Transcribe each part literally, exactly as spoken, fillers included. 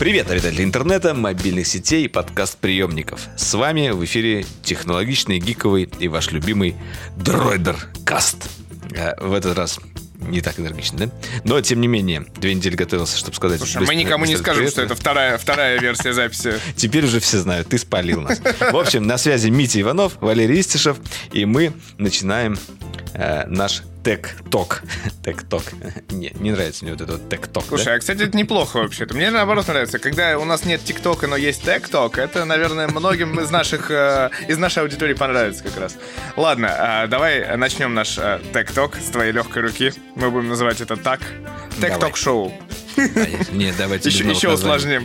Привет, обитатели интернета, мобильных сетей и подкаст-приемников. С вами в эфире технологичный, гиковый и ваш любимый Дроидер Каст. В этот раз не так энергично, да? Но, тем не менее, две недели готовился, чтобы сказать... Слушай, быстро, мы никому не скажем, что это вторая, вторая версия записи. Теперь уже все знают, ты спалил нас. В общем, на связи Митя Иванов, Валерий Истишев, и мы начинаем э, наш Тек-ток. Тек-ток. Не, не нравится мне вот этот Тек-ток. Слушай, да? а, кстати, это неплохо вообще-то. Мне наоборот нравится. Когда у нас нет ТикТока, но есть Тек-ток, это, наверное, многим из наших э, из нашей аудитории понравится как раз. Ладно, э, давай начнем наш э, Тек-ток с твоей легкой руки. Мы будем называть это так. Тек-ток-шоу. Нет, давайте еще, еще усложним.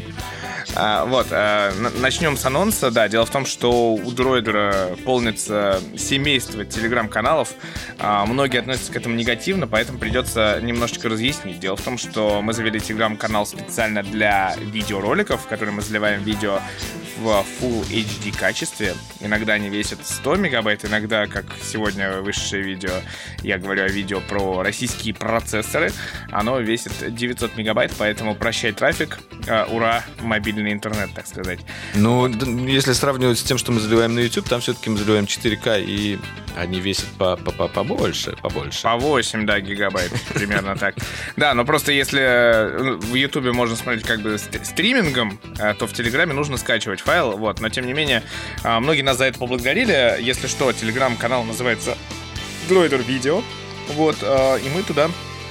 А, вот, а, начнем с анонса. Да, дело в том, что у Дроидера полнится семейство телеграм-каналов. А, многие относятся к этому негативно, поэтому придется немножечко разъяснить. Дело в том, что мы завели телеграм-канал специально для видеороликов, в который мы заливаем видео в Full эйч ди качестве. Иногда они весят сто мегабайт, иногда, как сегодня вышедшее видео, я говорю о видео про российские процессоры, оно весит девятьсот мегабайт, поэтому прощай трафик, ура, мобильный интернет, так сказать. Ну, если сравнивать с тем, что мы заливаем на YouTube, там все-таки мы заливаем четыре ка, и они весят по- по- по- побольше, побольше. По восемь, да, гигабайт, примерно так. Да, но просто если в YouTube можно смотреть как бы стримингом, то в Телеграме нужно скачивать файл, вот. Но, тем не менее, многие нас за это поблагодарили. Если что, Телеграм-канал называется Дроидер Видео, вот, и мы туда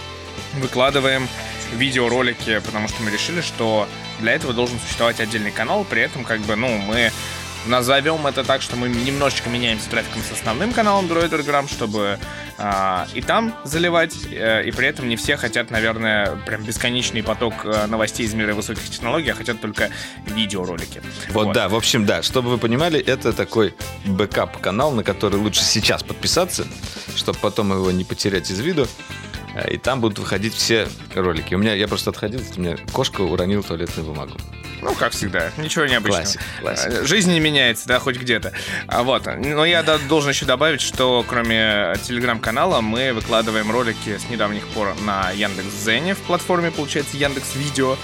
выкладываем видеоролики, потому что мы решили, что для этого должен существовать отдельный канал, при этом, как бы, ну, мы назовем это так, что мы немножечко меняемся трафиком с основным каналом Дроидерграм, чтобы э, и там заливать, э, и при этом не все хотят, наверное, прям бесконечный поток э, новостей из мира высоких технологий, а хотят только видеоролики. Вот, вот, да, в общем, да, чтобы вы понимали, это такой бэкап-канал, на который лучше сейчас подписаться, чтобы потом его не потерять из виду. И там будут выходить все ролики. У меня, я просто отходил, у меня кошка уронила туалетную бумагу. Ну, как всегда, ничего необычного. Классик, классик. Жизнь не меняется, да, хоть где-то. А вот. Но я должен еще добавить, что кроме телеграм-канала мы выкладываем ролики с недавних пор на Яндекс.Дзене в платформе, получается, Яндекс.Видео.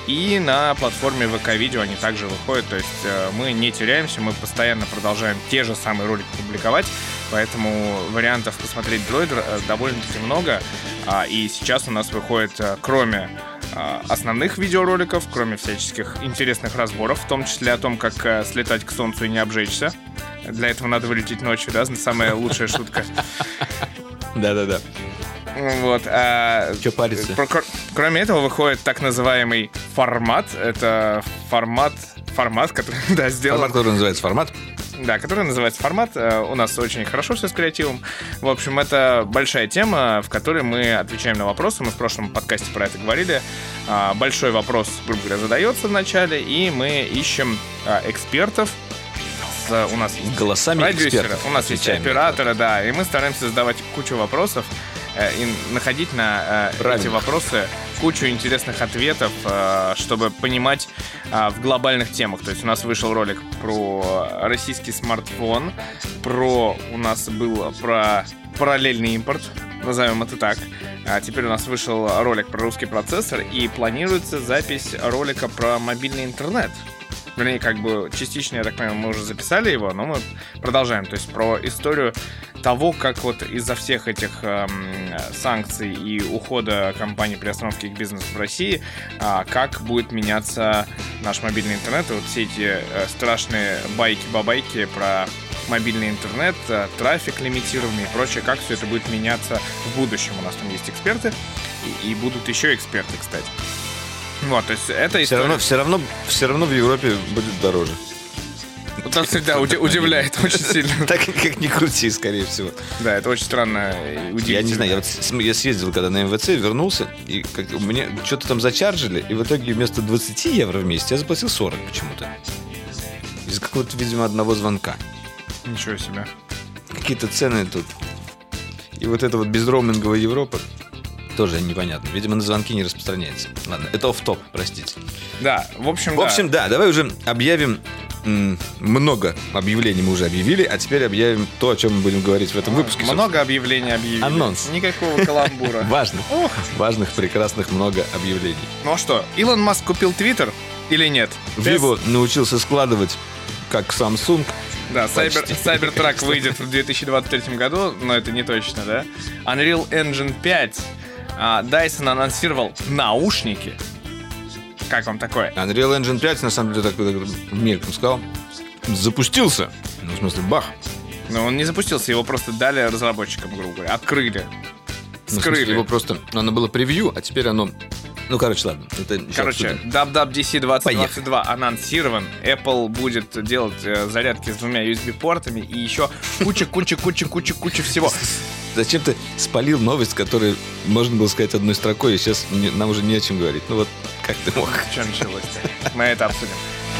И на платформе ВК-видео они также выходят. То есть мы не теряемся, мы постоянно продолжаем те же самые ролики публиковать. Поэтому вариантов посмотреть Дроидер довольно-таки много. И сейчас у нас выходит, кроме основных видеороликов, кроме всяческих интересных разборов, в том числе о том, как слетать к солнцу и не обжечься. Для этого надо вылететь ночью, да? Самая лучшая шутка. Да-да-да. Вот. А, Че париться? Кр- кроме этого выходит так называемый формат. Это формат, формат, который, да, сделан... Формат, который называется формат? Да, который называется формат. У нас очень хорошо все с креативом. В общем, это большая тема, в которой мы отвечаем на вопросы. Мы в прошлом подкасте про это говорили. Большой вопрос, грубо говоря, задается вначале, и мы ищем экспертов. У нас есть голосами продюсеры, экспертов. у нас есть операторы, да, и мы стараемся задавать кучу вопросов и находить на Правильно. эти вопросы кучу интересных ответов, чтобы понимать в глобальных темах. То есть у нас вышел ролик про российский смартфон, про у нас был про параллельный импорт, назовем это так. А теперь у нас вышел ролик про русский процессор, и планируется запись ролика про мобильный интернет. Вернее, как бы частично, я так понимаю, мы уже записали его, но мы продолжаем. То есть про историю того, как вот из-за всех этих эм, санкций и ухода компаний при остановке их бизнеса в России, э, как будет меняться наш мобильный интернет. И вот все эти э, страшные байки-бабайки про мобильный интернет, э, трафик лимитированный и прочее, как все это будет меняться в будущем. У нас там есть эксперты, и, и будут еще эксперты, кстати. Вот, то есть это все история... равно, все равно, все равно в Европе будет дороже. Это всегда удивляет очень сильно. Так как ни крути, скорее всего. Да, это очень странно и удивительно. Я не знаю, я, вот, я съездил когда на эм вэ цэ, вернулся, и как, мне что-то там зачаржили, и в итоге вместо двадцать евро в месяц я заплатил сорок почему-то. Из какого-то, видимо, одного звонка. Ничего себе. Какие-то цены тут. И вот это вот безроуминговая Европа тоже непонятно. Видимо, на звонки не распространяется. Ладно, это офф-топ, простите. Да, в общем, В общем, да, да давай уже объявим. М- много объявлений мы уже объявили, а теперь объявим то, о чем мы будем говорить в этом выпуске. Много собственно. объявлений объявили. Анонс. Никакого каламбура. Важных. Важных, прекрасных много объявлений. Ну а что, Илон Маск купил Твиттер, Или нет? Vivo научился складывать как Samsung. Да, Cyber, Cybertruck выйдет в две тысячи двадцать третьем году, но это не точно, да? Unreal Engine пять. А, Dyson анонсировал наушники. Как вам такое? Unreal Engine пять, на самом деле, так мельком сказал, запустился. Ну, в смысле, бах. Ну, он не запустился, его просто дали разработчикам, грубо говоря. Открыли. Ну, Скрыли. в смысле, его просто... Оно было превью, а теперь оно... Ну, короче, ладно. Это короче, дабл ю дабл ю ди си двадцать двадцать два анонсирован. Apple будет делать э, зарядки с двумя ю эс би-портами и еще куча-куча-куча-куча-куча всего. Зачем ты спалил новость, которую можно было сказать одной строкой, и сейчас не, нам уже не о чем говорить. Ну вот, как ты мог? Что началось-то? Мы это обсудим.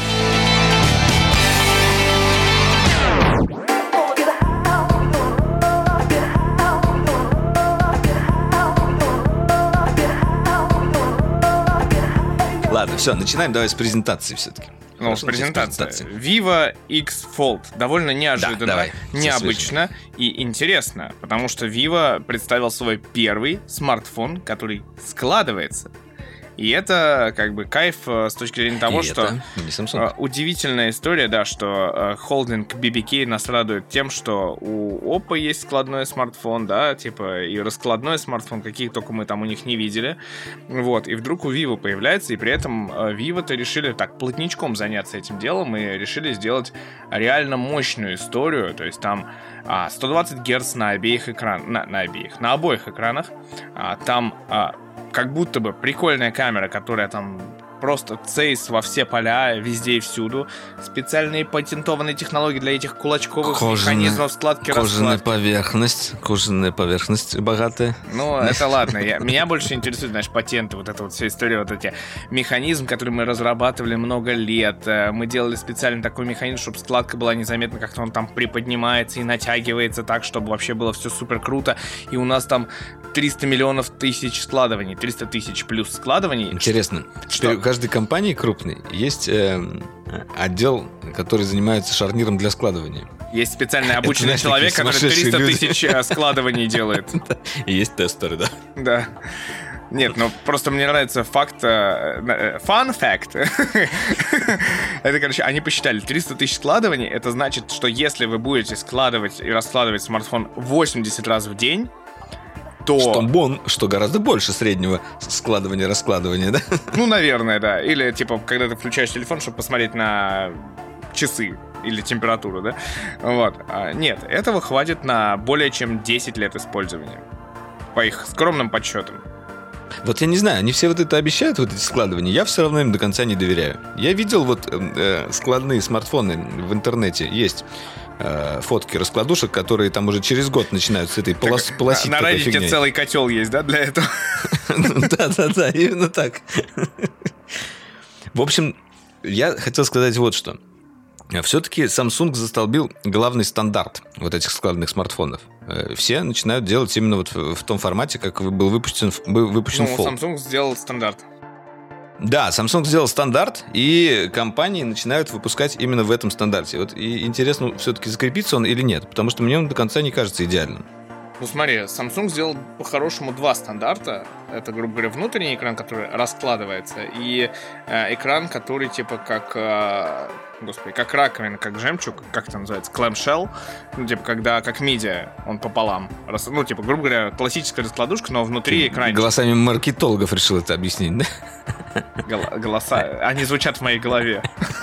Ладно, все, начинаем давай с презентации все-таки. Ну, Хорошо, презентация. Vivo X Fold. Довольно неожиданно, да, давай, необычно и интересно, потому что Vivo представил свой первый смартфон, который складывается. И это как бы кайф с точки зрения того, и что uh, удивительная история, да, что uh, холдинг би би кей нас радует тем, что у Oppo есть складной смартфон, да, типа и раскладной смартфон, каких только мы там у них не видели. Вот, и вдруг у Vivo появляется, и при этом uh, Vivo-то решили так плотничком заняться этим делом и решили сделать реально мощную историю, то есть там uh, сто двадцать герц на обеих экранах, на, на обеих, на обоих экранах, uh, там uh, как будто бы прикольная камера, которая там просто цейс во все поля, везде и всюду. Специальные патентованные технологии для этих кулачковых кожаная, механизмов складки, кожаная раскладки. поверхность, кожаная поверхность богатая. Ну, это ладно. Я, меня больше интересуют, знаешь, патенты, вот эта вот вся история, вот эти механизм, который мы разрабатывали много лет. Мы делали специально такой механизм, чтобы складка была незаметна, как-то он там приподнимается и натягивается так, чтобы вообще было все супер круто. И у нас там триста миллионов тысяч складываний, триста тысяч плюс складываний. Интересно. Что? У каждой компании крупной есть э, отдел, который занимается шарниром для складывания. Есть специальный обученный это, человек, который триста тысяч складываний делает. И есть тестеры, да. Да. Нет, ну просто мне нравится факт, фан факт. Это, короче, они посчитали триста тысяч складываний. Это значит, что если вы будете складывать и раскладывать смартфон восемьдесят раз в день, то... Что, бон, что гораздо больше среднего складывания-раскладывания, да? Ну, наверное, да. Или, типа, когда ты включаешь телефон, чтобы посмотреть на часы или температуру, да? Вот. А, нет, этого хватит на более чем десять лет использования. По их скромным подсчетам. Вот я не знаю, они все вот это обещают, вот эти складывания, я все равно им до конца не доверяю. Я видел вот э, складные смартфоны в интернете, есть э, фотки раскладушек, которые там уже через год начинают с этой полос, полосить. На Reddit целый котел есть, да, для этого? Да-да-да, именно так. В общем, я хотел сказать вот что. Все-таки Samsung застолбил главный стандарт вот этих складных смартфонов. Все начинают делать именно вот в том формате, как был выпущен, был выпущен ну, Fold. Samsung сделал стандарт. Да, Samsung сделал стандарт, и компании начинают выпускать именно в этом стандарте. Вот и интересно, все-таки закрепится он или нет, потому что мне он до конца не кажется идеальным. Ну смотри, Samsung сделал по-хорошему два стандарта. Это, грубо говоря, внутренний экран, который раскладывается, и э, экран, который типа как, э, господи, как раковина, как жемчуг, как это называется, clamshell, ну типа когда как мидия, он пополам, рас, ну типа, грубо говоря, классическая раскладушка, но внутри экран. Голосами маркетологов решил это объяснить, да? Гол- голоса, они звучат в моей голове.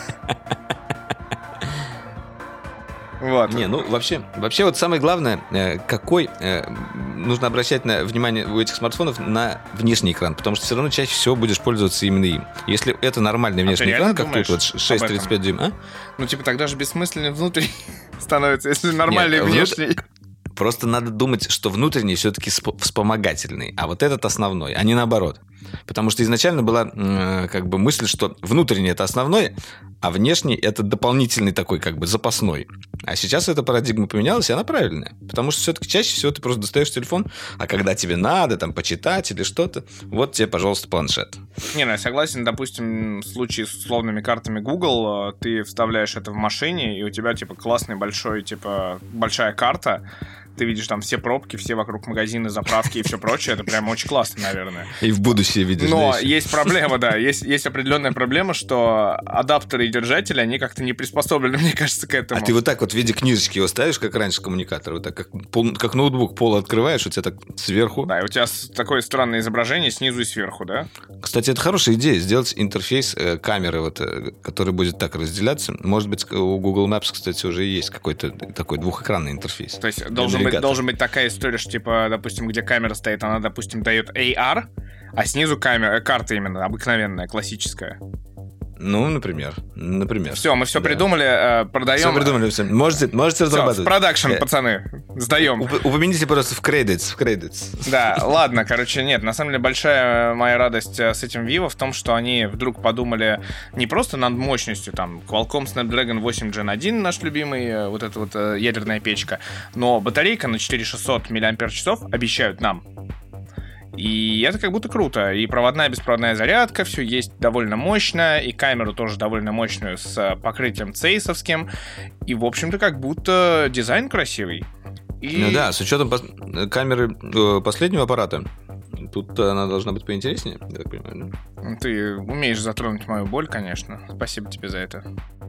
Вот. Не, ну вообще, вообще вот самое главное, какой нужно обращать на внимание у этих смартфонов на внешний экран, потому что все равно чаще всего будешь пользоваться именно им. Если это нормальный внешний а экран, как тут вот шесть тридцать пять дюйм, а? Ну типа тогда же бессмысленный внутренний становится, если нормальный Нет, внешний. Внут... Просто надо думать, что внутренний все-таки вспомогательный, а вот этот основной, а не наоборот. Потому что изначально была э, как бы мысль, что внутренний это основной, а внешний это дополнительный такой как бы запасной. А сейчас эта парадигма поменялась, и она правильная. Потому что все-таки чаще всего ты просто достаешь телефон, а когда тебе надо там почитать или что-то, вот тебе, пожалуйста, планшет. Не, ну я согласен, допустим, в случае с условными картами Google, ты вставляешь это в машине, и у тебя типа классный большой, типа большая карта. Ты видишь там все пробки, все вокруг магазины, заправки и все прочее. Это прям очень классно, наверное. И в будущее все видишь. Но да, есть проблема, да, есть, есть определенная проблема, что адаптеры и держатели, они как-то не приспособлены, мне кажется, к этому. А ты вот так вот в виде книжечки его ставишь, как раньше коммуникатор, вот так, как, пол, как ноутбук пол открываешь, у тебя так сверху. Да, и у тебя такое странное изображение снизу и сверху, да? Кстати, это хорошая идея, сделать интерфейс э, камеры, вот, э, который будет так разделяться. Может быть, у Google Maps, кстати, уже есть какой-то такой двухэкранный интерфейс. То есть должен быть, должен быть такая история, что, типа, допустим, где камера стоит, она, допустим, дает эй ар, а снизу камера, карта именно обыкновенная, классическая. Ну, например. Например. Все, мы все да. придумали, э, продаем. Все придумали, все. Можете, можете разрабатывать. В продакшн, э, пацаны, сдаем. Уп- упомяните просто в credits, в credits. Да, ладно, короче, нет, на самом деле большая моя радость с этим Vivo в том, что они вдруг подумали не просто над мощностью, там, Qualcomm Snapdragon восемь джен один, наш любимый, вот эта вот ядерная печка, но батарейка на четыре тысячи шестьсот миллиампер-часов обещают нам. И это как будто круто. И проводная, беспроводная зарядка, все есть довольно мощно, и камеру тоже довольно мощную с покрытием цейсовским. И, в общем-то, как будто дизайн красивый. И... Ну да, с учетом пос- камеры э, последнего аппарата, тут она должна быть поинтереснее, я так понимаю, да? Ты умеешь затронуть мою боль, конечно. Спасибо тебе за это.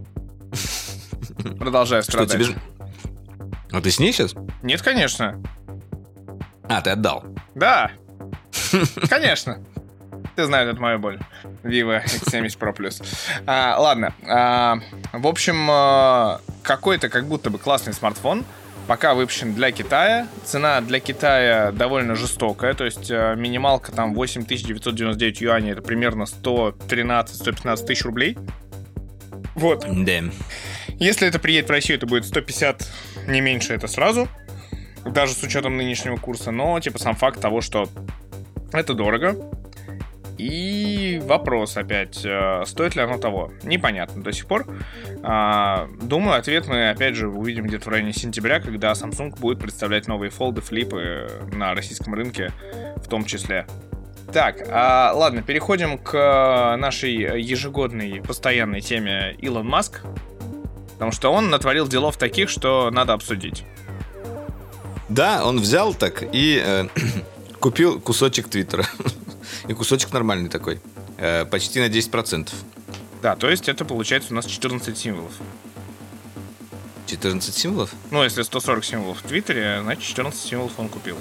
Продолжаю страдать. Что, тебе... А ты с ней сейчас? Нет, конечно. А, ты отдал? Да. Конечно. Ты знаешь, это моя боль. Vivo икс семьдесят Pro Plus. А, ладно. А, в общем, а, какой-то как будто бы классный смартфон. Пока выпущен для Китая. Цена для Китая довольно жестокая. То есть а, минималка там восемь тысяч девятьсот девяносто девять юаней. Это примерно сто тринадцать - сто пятнадцать тысяч рублей. Вот. Да. Если это приедет в Россию, это будет сто пятьдесят, не меньше, это сразу. Даже с учетом нынешнего курса. Но, типа, сам факт того, что это дорого. И вопрос опять, стоит ли оно того? Непонятно до сих пор. Думаю, ответ мы опять же увидим где-то в районе сентября, когда Samsung будет представлять новые фолды, флипы на российском рынке в том числе. Так, а, ладно, переходим к нашей ежегодной постоянной теме Илон Маск. Потому что он натворил делов таких, что надо обсудить. Да, он взял так и э, купил кусочек Твиттера. И кусочек нормальный такой. Э, почти на десять процентов. Да, то есть это получается у нас четырнадцать символов. четырнадцать символов? Ну, если сто сорок символов в Твиттере, значит четырнадцать символов он купил.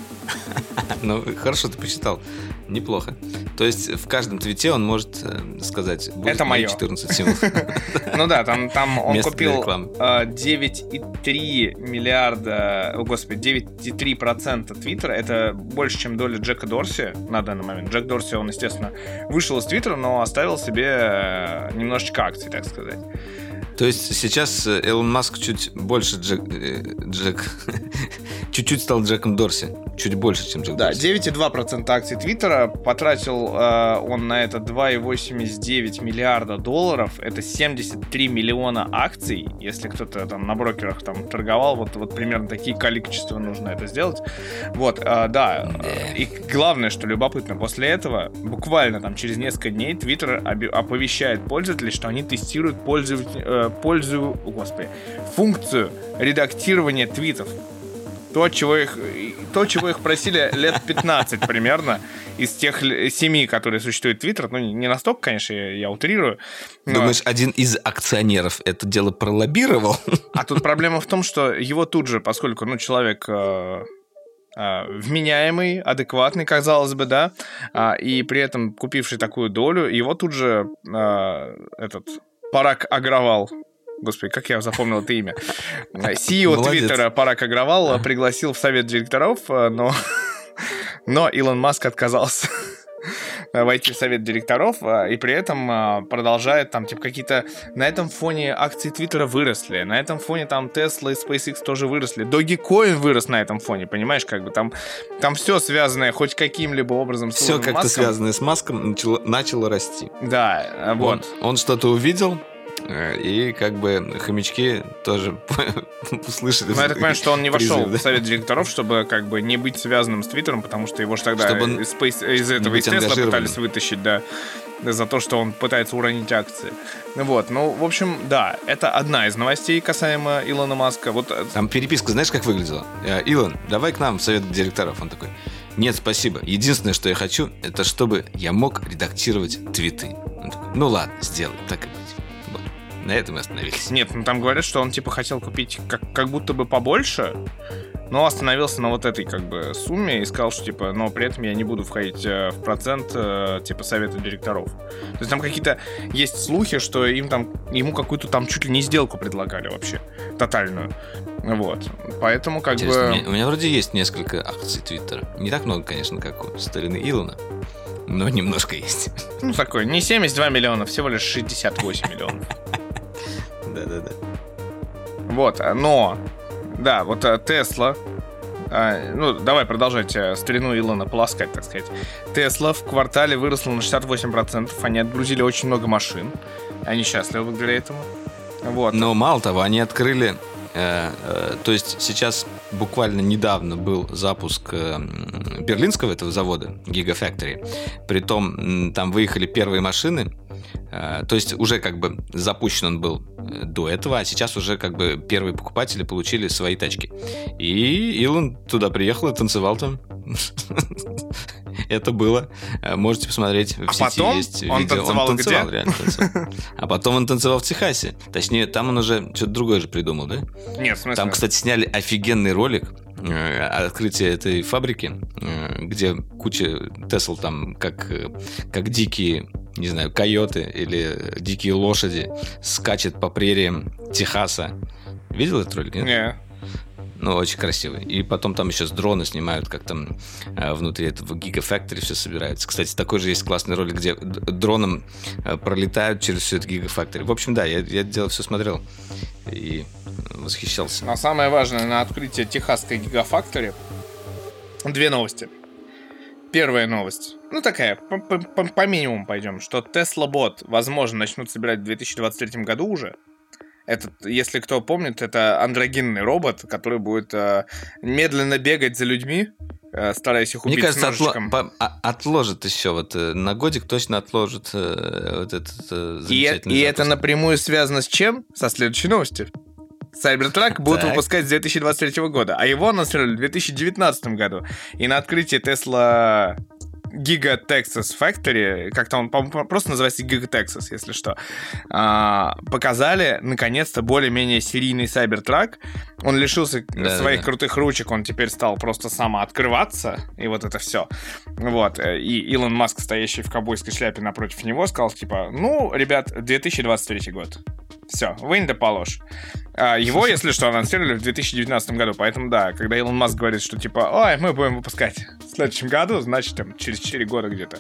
Ну, хорошо, ты посчитал. Неплохо. То есть в каждом твите он может э, сказать, будет это мое. четырнадцать символов. Ну да, там, там он Место купил девять и три миллиарда, о господи, девять и три процента Твиттера. Это больше, чем доля Джека Дорси на данный момент. Джек Дорси, он, естественно, вышел из Твиттера, но оставил себе немножечко акций, так сказать. То есть сейчас Илон Маск чуть больше Джек... Джек... чуть-чуть стал Джеком Дорси. Чуть больше, чем Джек да, Дорси. девять и два процента акций Твиттера. Потратил э, он на это два и восемьдесят девять миллиарда долларов. Это семьдесят три миллиона акций. Если кто-то там на брокерах там торговал, вот, вот примерно такие количества нужно это сделать. Вот, э, да. Yeah. И главное, что любопытно, после этого, буквально там через несколько дней, Твиттер оповещает пользователей, что они тестируют пользователь, э, пользу, о, господи, функцию редактирования твитов. То чего, их, то, чего их просили лет пятнадцать примерно из тех семи, которые существуют Твиттер. Ну, не настолько, конечно, я, я утрирую. Но... Думаешь, один из акционеров это дело пролоббировал? А тут проблема в том, что его тут же, поскольку, ну, человек... Э, э, вменяемый, адекватный, казалось бы, да, э, и при этом купивший такую долю, его тут же э, этот Параг Агравал. Господи, как я запомнил это имя. си и о Твиттера Параг Агравал пригласил в совет директоров, но, но Илон Маск отказался войти в совет директоров, и при этом продолжает там, типа, какие-то... На этом фоне акции Твиттера выросли, на этом фоне там Tesla и SpaceX тоже выросли, Dogecoin вырос на этом фоне, понимаешь, как бы там, там все связанное хоть каким-либо образом с все Илоном как-то Маском. связанное с Маском начало, начало расти. Да, вот. Он, он что-то увидел, и как бы хомячки тоже услышали. Ну, я так понимаю, что он не вошел в совет директоров, чтобы как бы не быть связанным с Твиттером, потому что его же тогда из, Space, из этого из Тесла пытались вытащить, да, за то, что он пытается уронить акции. Вот, ну, в общем, да, это одна из новостей касаемо Илона Маска. Вот... Там переписка, знаешь, как выглядела? Илон, давай к нам в совет директоров. Он такой, нет, спасибо. Единственное, что я хочу, это чтобы я мог редактировать твиты. Ну ладно, сделай, так и быть. Вот. На этом мы остановились. Нет, ну там говорят, что он типа хотел купить как, как будто бы побольше, но остановился на вот этой как бы сумме и сказал, что типа, но при этом я не буду входить э, в процент э, типа совета директоров. То есть там какие-то есть слухи, что им там ему какую-то там чуть ли не сделку предлагали вообще тотальную. Вот, поэтому как Интересно, бы... У меня, у меня вроде есть несколько акций Твиттера. Не так много, конечно, как у старины Илона, но немножко есть. Ну, такой, не семьдесят два миллиона, всего лишь шестьдесят восемь миллионов. Да-да-да. Вот, но... Да, вот Тесла... Ну, давай продолжать старину Илона полоскать, так сказать. Тесла в квартале выросла на шестьдесят восемь процентов. Они отгрузили очень много машин. Они счастливы благодаря этому. Вот. Но мало того, они открыли... Э, э, то есть сейчас буквально недавно был запуск э, берлинского этого завода Gigafactory. Притом м, там выехали первые машины. Э, то есть уже как бы запущен он был до этого, а сейчас уже как бы первые покупатели получили свои тачки. И Илон туда приехал и танцевал там. Это было. Можете посмотреть. В а сети потом есть он видео. танцевал он танцевал, где? реально танцевал. А потом он танцевал в Техасе. Точнее, там он уже что-то другое же придумал, да? Нет, в смысле? Там, кстати, сняли офигенный ролик э, открытие этой фабрики, э, где куча Тесл там как, как дикие, не знаю, койоты или дикие лошади скачет по прериям Техаса. Видел этот ролик? Нет? Не. Ну, очень красивый. И потом там еще с дрона снимают, как там э, внутри этого Gigafactory все собирается. Кстати, такой же есть классный ролик, где дроном э, пролетают через все это Gigafactory. В общем, да, я, я это дело все смотрел и восхищался. А самое важное, на открытие техасской Gigafactory две новости. Первая новость, ну такая, по, по, по минимуму пойдем, что Tesla Bot, возможно, начнут собирать в две тысячи двадцать третьем году уже. Этот, если кто помнит, это андрогинный робот, который будет э, медленно бегать за людьми, э, стараясь их убить. Мне кажется, отло... по- отложит еще вот э, на годик точно отложит э, вот этот э, замечательный И, и запуск. это напрямую связано с чем? Со следующей новостью. Cybertruck будут Так. выпускать с две тысячи двадцать третьего года, а его анонсировали в две тысячи девятнадцатом году. И на открытии Tesla Giga Texas Factory, как-то он, по-моему, просто называется Giga Texas, если что, а, показали, наконец-то, более-менее серийный Cybertruck. Он лишился да, своих да. крутых ручек, он теперь стал просто самооткрываться, и вот это все. Вот, и Илон Маск, стоящий в ковбойской шляпе напротив него, сказал, типа, ну, ребят, две тысячи двадцать третий год. Все, вынь да положь. А его, если что, анонсировали в две тысячи девятнадцатом году. Поэтому, да, когда Илон Маск говорит, что типа, ой, мы будем выпускать в следующем году, значит, там, через четыре года где-то.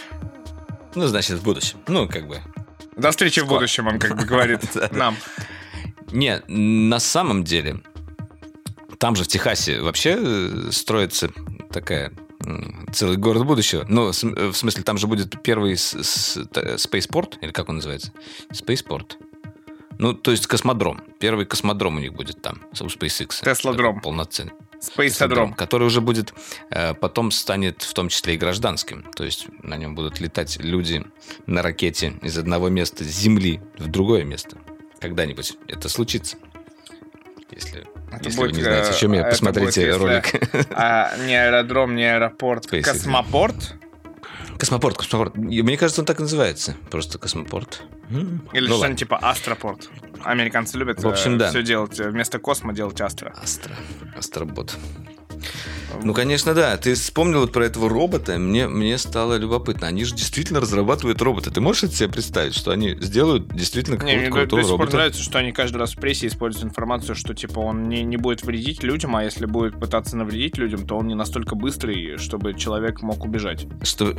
Ну, значит, в будущем. Ну, как бы. До встречи Скоро. в будущем, он как бы говорит нам. Не, на самом деле, там же в Техасе вообще э, строится такая м, целый город будущего. Ну, с- в смысле, там же будет первый с- с- т- Spaceport, или как он называется? Spaceport. Ну, то есть космодром. Первый космодром у них будет там, у SpaceX. Теслодром. Полноценный. Спейсодром. Который уже будет, э, потом станет в том числе и гражданским. То есть на нем будут летать люди на ракете из одного места с Земли в другое место. Когда-нибудь это случится. Если, Это если будет, вы не знаете, о чем я, это посмотрите будет, если, ролик. а, не аэродром, не аэропорт, SpaceX. космопорт. Космопорт, космопорт. И мне кажется, он так и называется. Просто космопорт. М, Или ну что-нибудь ладно. типа астропорт. Американцы любят В общем, э, да. все делать, э, вместо космо делать астро. Астро. Астробот. Ну, конечно, да. Ты вспомнил вот про этого робота. Мне, мне стало любопытно. Они же действительно разрабатывают робота. Ты можешь это себе представить, что они сделают действительно Не, мне какого-то до, до крутого сих пор робота? нравится, что они каждый раз в прессе используют информацию, что типа он не, не будет вредить людям, а если будет пытаться навредить людям, то он не настолько быстрый, чтобы человек мог убежать. Что...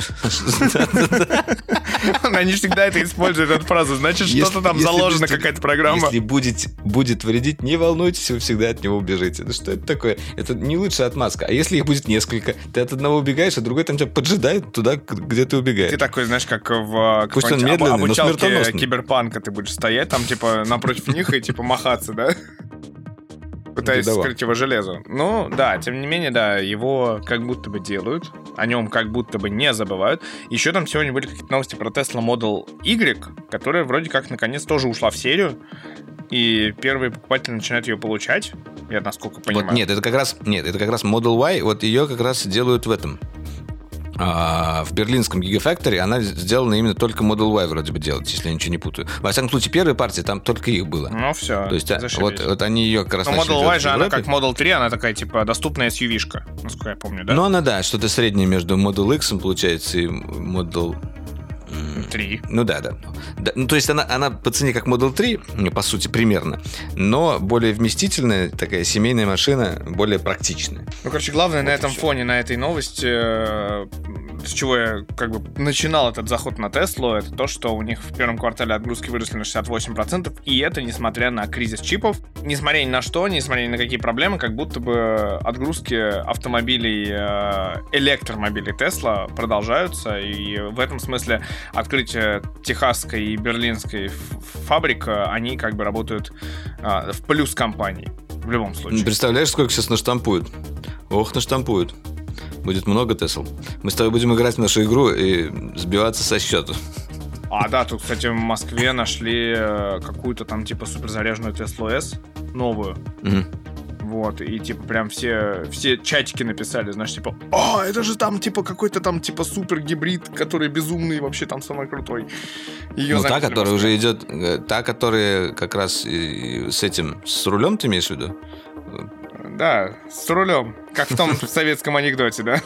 Они всегда это используют, эту фразу. Значит, Если- что-то там если заложено, действительно- какая-то программа. Если будет, будет вредить, не волнуйтесь, вы всегда от него убежите. Ну что это такое? Это не лучшая отмазка. А если их будет несколько, ты от одного убегаешь, а другой там тебя поджидает туда, где ты убегаешь. Ты такой, знаешь, как в Пусть он какой-нибудь об- медленный, но обучалке смертоносный. киберпанка ты будешь стоять там, типа, напротив них и, типа, махаться, да? пытаясь скрыть его железо. Ну, да, тем не менее, да, его как будто бы делают, о нем как будто бы не забывают. Еще там сегодня были какие-то новости про Tesla Model Y, которая вроде как наконец тоже ушла в серию, и первые покупатели начинают ее получать, я насколько понимаю. Вот нет, это как раз, нет, это как раз Model Y, вот ее как раз делают в этом. А, в берлинском Gigafactory она сделана именно только Model Y вроде бы делать, если я ничего не путаю. Во всяком случае, первая партия, там только их было. Ну все, то есть, вот, вот они ее как раз Но начали Model Y же, она как Model три, она такая, типа, доступная эс ю ви-шка, насколько я помню, да? Ну, она, да, что-то среднее между Model X, получается, и Model... три. Ну да, да. да. Ну, то есть она, она по цене как Model три, по сути, примерно, но более вместительная, такая семейная машина, более практичная. Ну, короче, главное вот на этом все. Фоне, на этой новости, с чего я как бы начинал этот заход на Теслу, это то, что у них в первом квартале отгрузки выросли на шестьдесят восемь процентов, и это несмотря на кризис чипов, несмотря ни на что, несмотря ни на какие проблемы, как будто бы отгрузки автомобилей, электромобилей Тесла продолжаются, и в этом смысле открытие техасской и берлинской фабрик, они как бы работают а, в плюс компании. В любом случае. Представляешь, сколько сейчас наштампуют? Ох, наштампуют. Будет много Тесл. Мы с тобой будем играть в нашу игру и сбиваться со счету. А, да, тут, кстати, в Москве нашли какую-то там типа суперзаряженную Теслу S, новую. Угу. Вот, и типа прям все, все чатики написали, знаешь, типа, о, это же там типа какой-то там типа супер гибрид, который безумный, вообще там самый крутой. Ее ну, та, которая уже идет, та, которая как раз с этим, с рулем ты имеешь в виду? Да, с рулем, как в том советском анекдоте, да?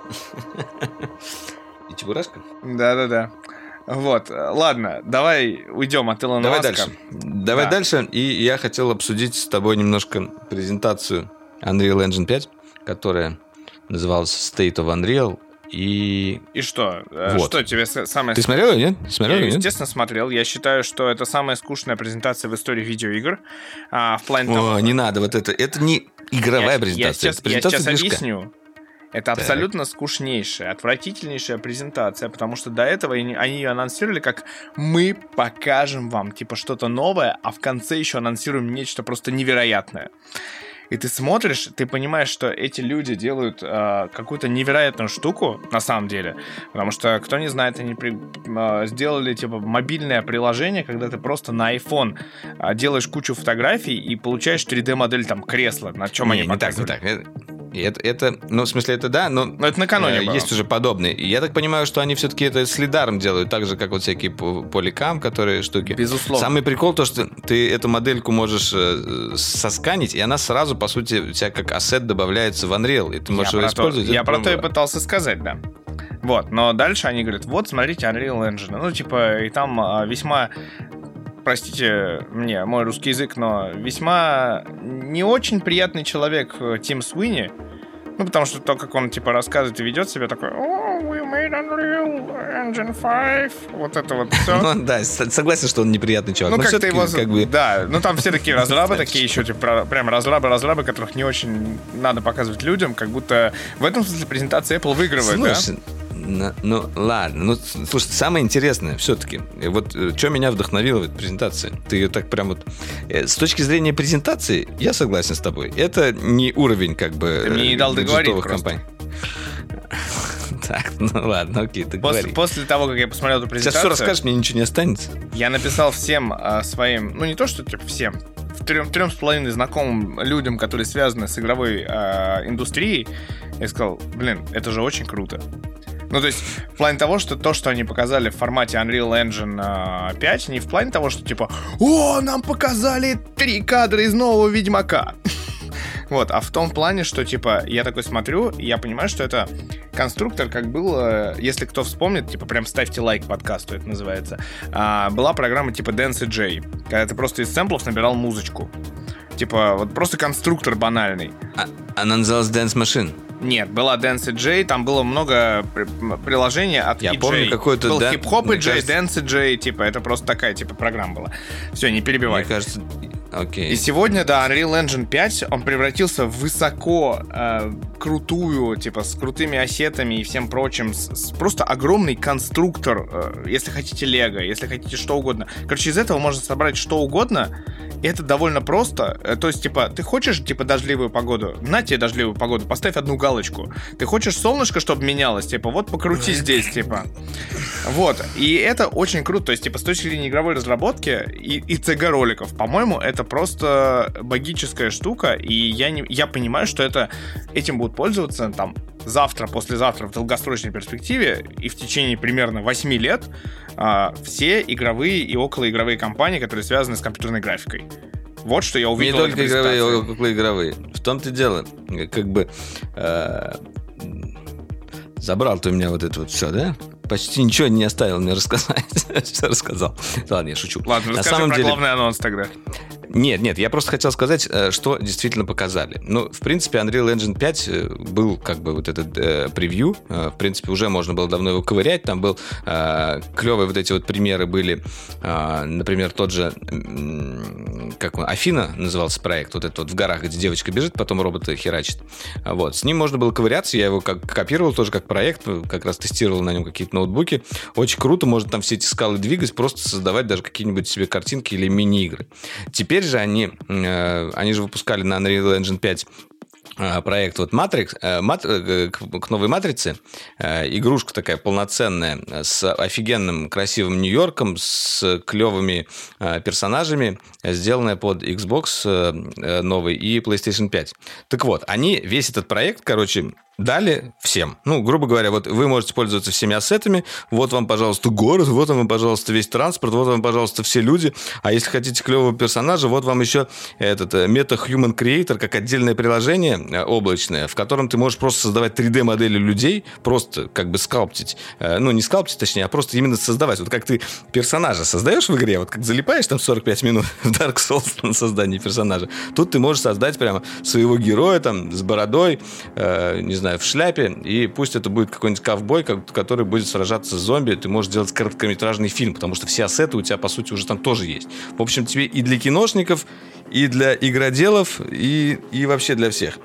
И чебурашка? Да-да-да. Вот, ладно, давай уйдем от Илона давай Маска. Дальше. Давай да. дальше. И я хотел обсудить с тобой немножко презентацию Unreal Engine пять, которая называлась State of Unreal. И, и что? Вот. Что тебе самое... Ты смотрел ее, нет? Смотрел, я, нет? естественно, смотрел. Я считаю, что это самая скучная презентация в истории видеоигр. А, в плане О, того... не надо, вот это. Это не игровая я, презентация. Я сейчас, это презентация я сейчас движка. объясню. Это так. Абсолютно скучнейшая, отвратительнейшая презентация, потому что до этого они ее анонсировали как «мы покажем вам типа что-то новое, а в конце еще анонсируем нечто просто невероятное». И ты смотришь, ты понимаешь, что эти люди делают э, какую-то невероятную штуку, на самом деле. Потому что, кто не знает, они при, э, сделали типа мобильное приложение, когда ты просто на iPhone э, делаешь кучу фотографий и получаешь три дэ-модель там кресла, на чем не, они не показывали. Так, не так. Это, это, ну, в смысле, это да, но, но это накануне э, есть уже подобные. И я так понимаю, что они все-таки это с лидаром делают, так же, как вот всякие поликам, которые штуки. Безусловно. Самый прикол то, что ты эту модельку можешь э, сосканить, и она сразу, по сути, у тебя как ассет добавляется в Unreal, и ты можешь я его использовать. То, я про то и пытался сказать, да. Вот, но дальше они говорят, вот, смотрите, Unreal Engine. Ну, типа, и там а, весьма... Простите мне мой русский язык, но весьма не очень приятный человек Тим Суини. Ну, потому что то, как он, типа, рассказывает и ведет себя, такой, о, we made Unreal Engine пять. Вот это вот все. Ну, да, согласен, что он неприятный чувак. Ну, как-то его... Как бы... Да, ну, там все такие разрабы, такие еще, типа, прям разрабы-разрабы, которых не очень надо показывать людям, как будто в этом смысле презентация Apple выигрывает, Слушай, да? Ну, ну, ладно, ну, слушай, самое интересное все-таки, вот что меня вдохновило в этой презентации, ты ее так прям вот, с точки зрения презентации, я согласен с тобой, это не уровень как бы ты мне не дал договорить компаний. Так, ну ладно, окей, ты после, говори. После того, как я посмотрел эту презентацию... Сейчас все расскажешь, мне ничего не останется. Я написал всем а, своим, ну не то, что типа всем, в трем, трем с половиной знакомым людям, которые связаны с игровой а, индустрией, я сказал, блин, это же очень круто. Ну, то есть, в плане того, что то, что они показали в формате Unreal Engine пять, не в плане того, что типа, о, нам показали три кадра из нового Ведьмака. Вот, а в том плане, что, типа, я такой смотрю, и я понимаю, что это конструктор, как был, если кто вспомнит, типа, прям ставьте лайк подкасту, это называется. А, была программа типа Dance-джей, когда ты просто из сэмплов набирал музычку. Типа, вот просто конструктор банальный. А, она называлась Dance Machine? Нет, была Dance-джей, там было много при- приложений от Я и джей. помню какой-то... Был да, хип-хоп и джей, кажется... Dance-джей, типа, это просто такая, типа, программа была. Все, не перебивай. Мне кажется... окей. И сегодня, да, Unreal Engine пять, он превратился в высоко э, крутую, типа, с крутыми ассетами и всем прочим, с, с просто огромный конструктор, э, если хотите Лего, если хотите что угодно. Короче, из этого можно собрать что угодно, и это довольно просто. Э, то есть, типа, ты хочешь, типа, дождливую погоду? На тебе дождливую погоду, поставь одну галочку. Ты хочешь солнышко, чтобы менялось? Типа, вот покрути здесь, типа. Вот. И это очень круто. То есть, типа, с точки зрения игровой разработки и, и си джи-роликов, по-моему, это просто магическая штука. И я, не, я понимаю, что это, этим будут пользоваться там завтра, послезавтра в долгосрочной перспективе и в течение примерно восемь лет а, все игровые и околоигровые компании, которые связаны с компьютерной графикой. Вот что я увидел. Не только игровые, а околоигровые. В том-то и дело, как бы э, забрал ты у меня вот это вот все, да? Почти ничего не оставил мне рассказать. Все рассказал. Ладно, я шучу. Ладно, расскажи На самом про деле... главный анонс тогда. Нет, нет, я просто хотел сказать, что действительно показали. Ну, в принципе, Unreal Engine пять был как бы вот этот э, превью. В принципе, уже можно было давно его ковырять. Там был э, клевые вот эти вот примеры были. Э, например, тот же, э, как он, Афина назывался проект. Вот этот вот в горах, где девочка бежит, потом робота херачит. Вот, с ним можно было ковыряться. Я его как копировал тоже как проект. Как раз тестировал на нем какие-то ноутбуки. Очень круто. Можно там все эти скалы двигать, просто создавать даже какие-нибудь себе картинки или мини-игры. Теперь же они, э, они же выпускали на Unreal Engine пять э, проект вот Matrix, э, мат, э, к, к новой Матрице, э, игрушка такая полноценная, с офигенным красивым Нью-Йорком, с клевыми э, персонажами, сделанная под Xbox э, новый и PlayStation пять. Так вот, они весь этот проект, короче, дали всем. Ну, грубо говоря, вот вы можете пользоваться всеми ассетами. Вот вам, пожалуйста, город, вот вам, пожалуйста, весь транспорт, вот вам, пожалуйста, все люди. А если хотите клевого персонажа, вот вам еще этот Meta Human Creator, как отдельное приложение облачное, в котором ты можешь просто создавать три дэ-модели людей, просто как бы скалптить. Ну, не скалптить, точнее, а просто именно создавать. Вот как ты персонажа создаешь в игре, вот как залипаешь там сорок пять минут в Dark Souls на создание персонажа, тут ты можешь создать прямо своего героя там с бородой, э, не знаю, знаю, в шляпе, и пусть это будет какой-нибудь ковбой, который будет сражаться с зомби, ты можешь делать короткометражный фильм, потому что все ассеты у тебя, по сути, уже там тоже есть. В общем, тебе и для киношников, и для игроделов, и, и вообще для всех.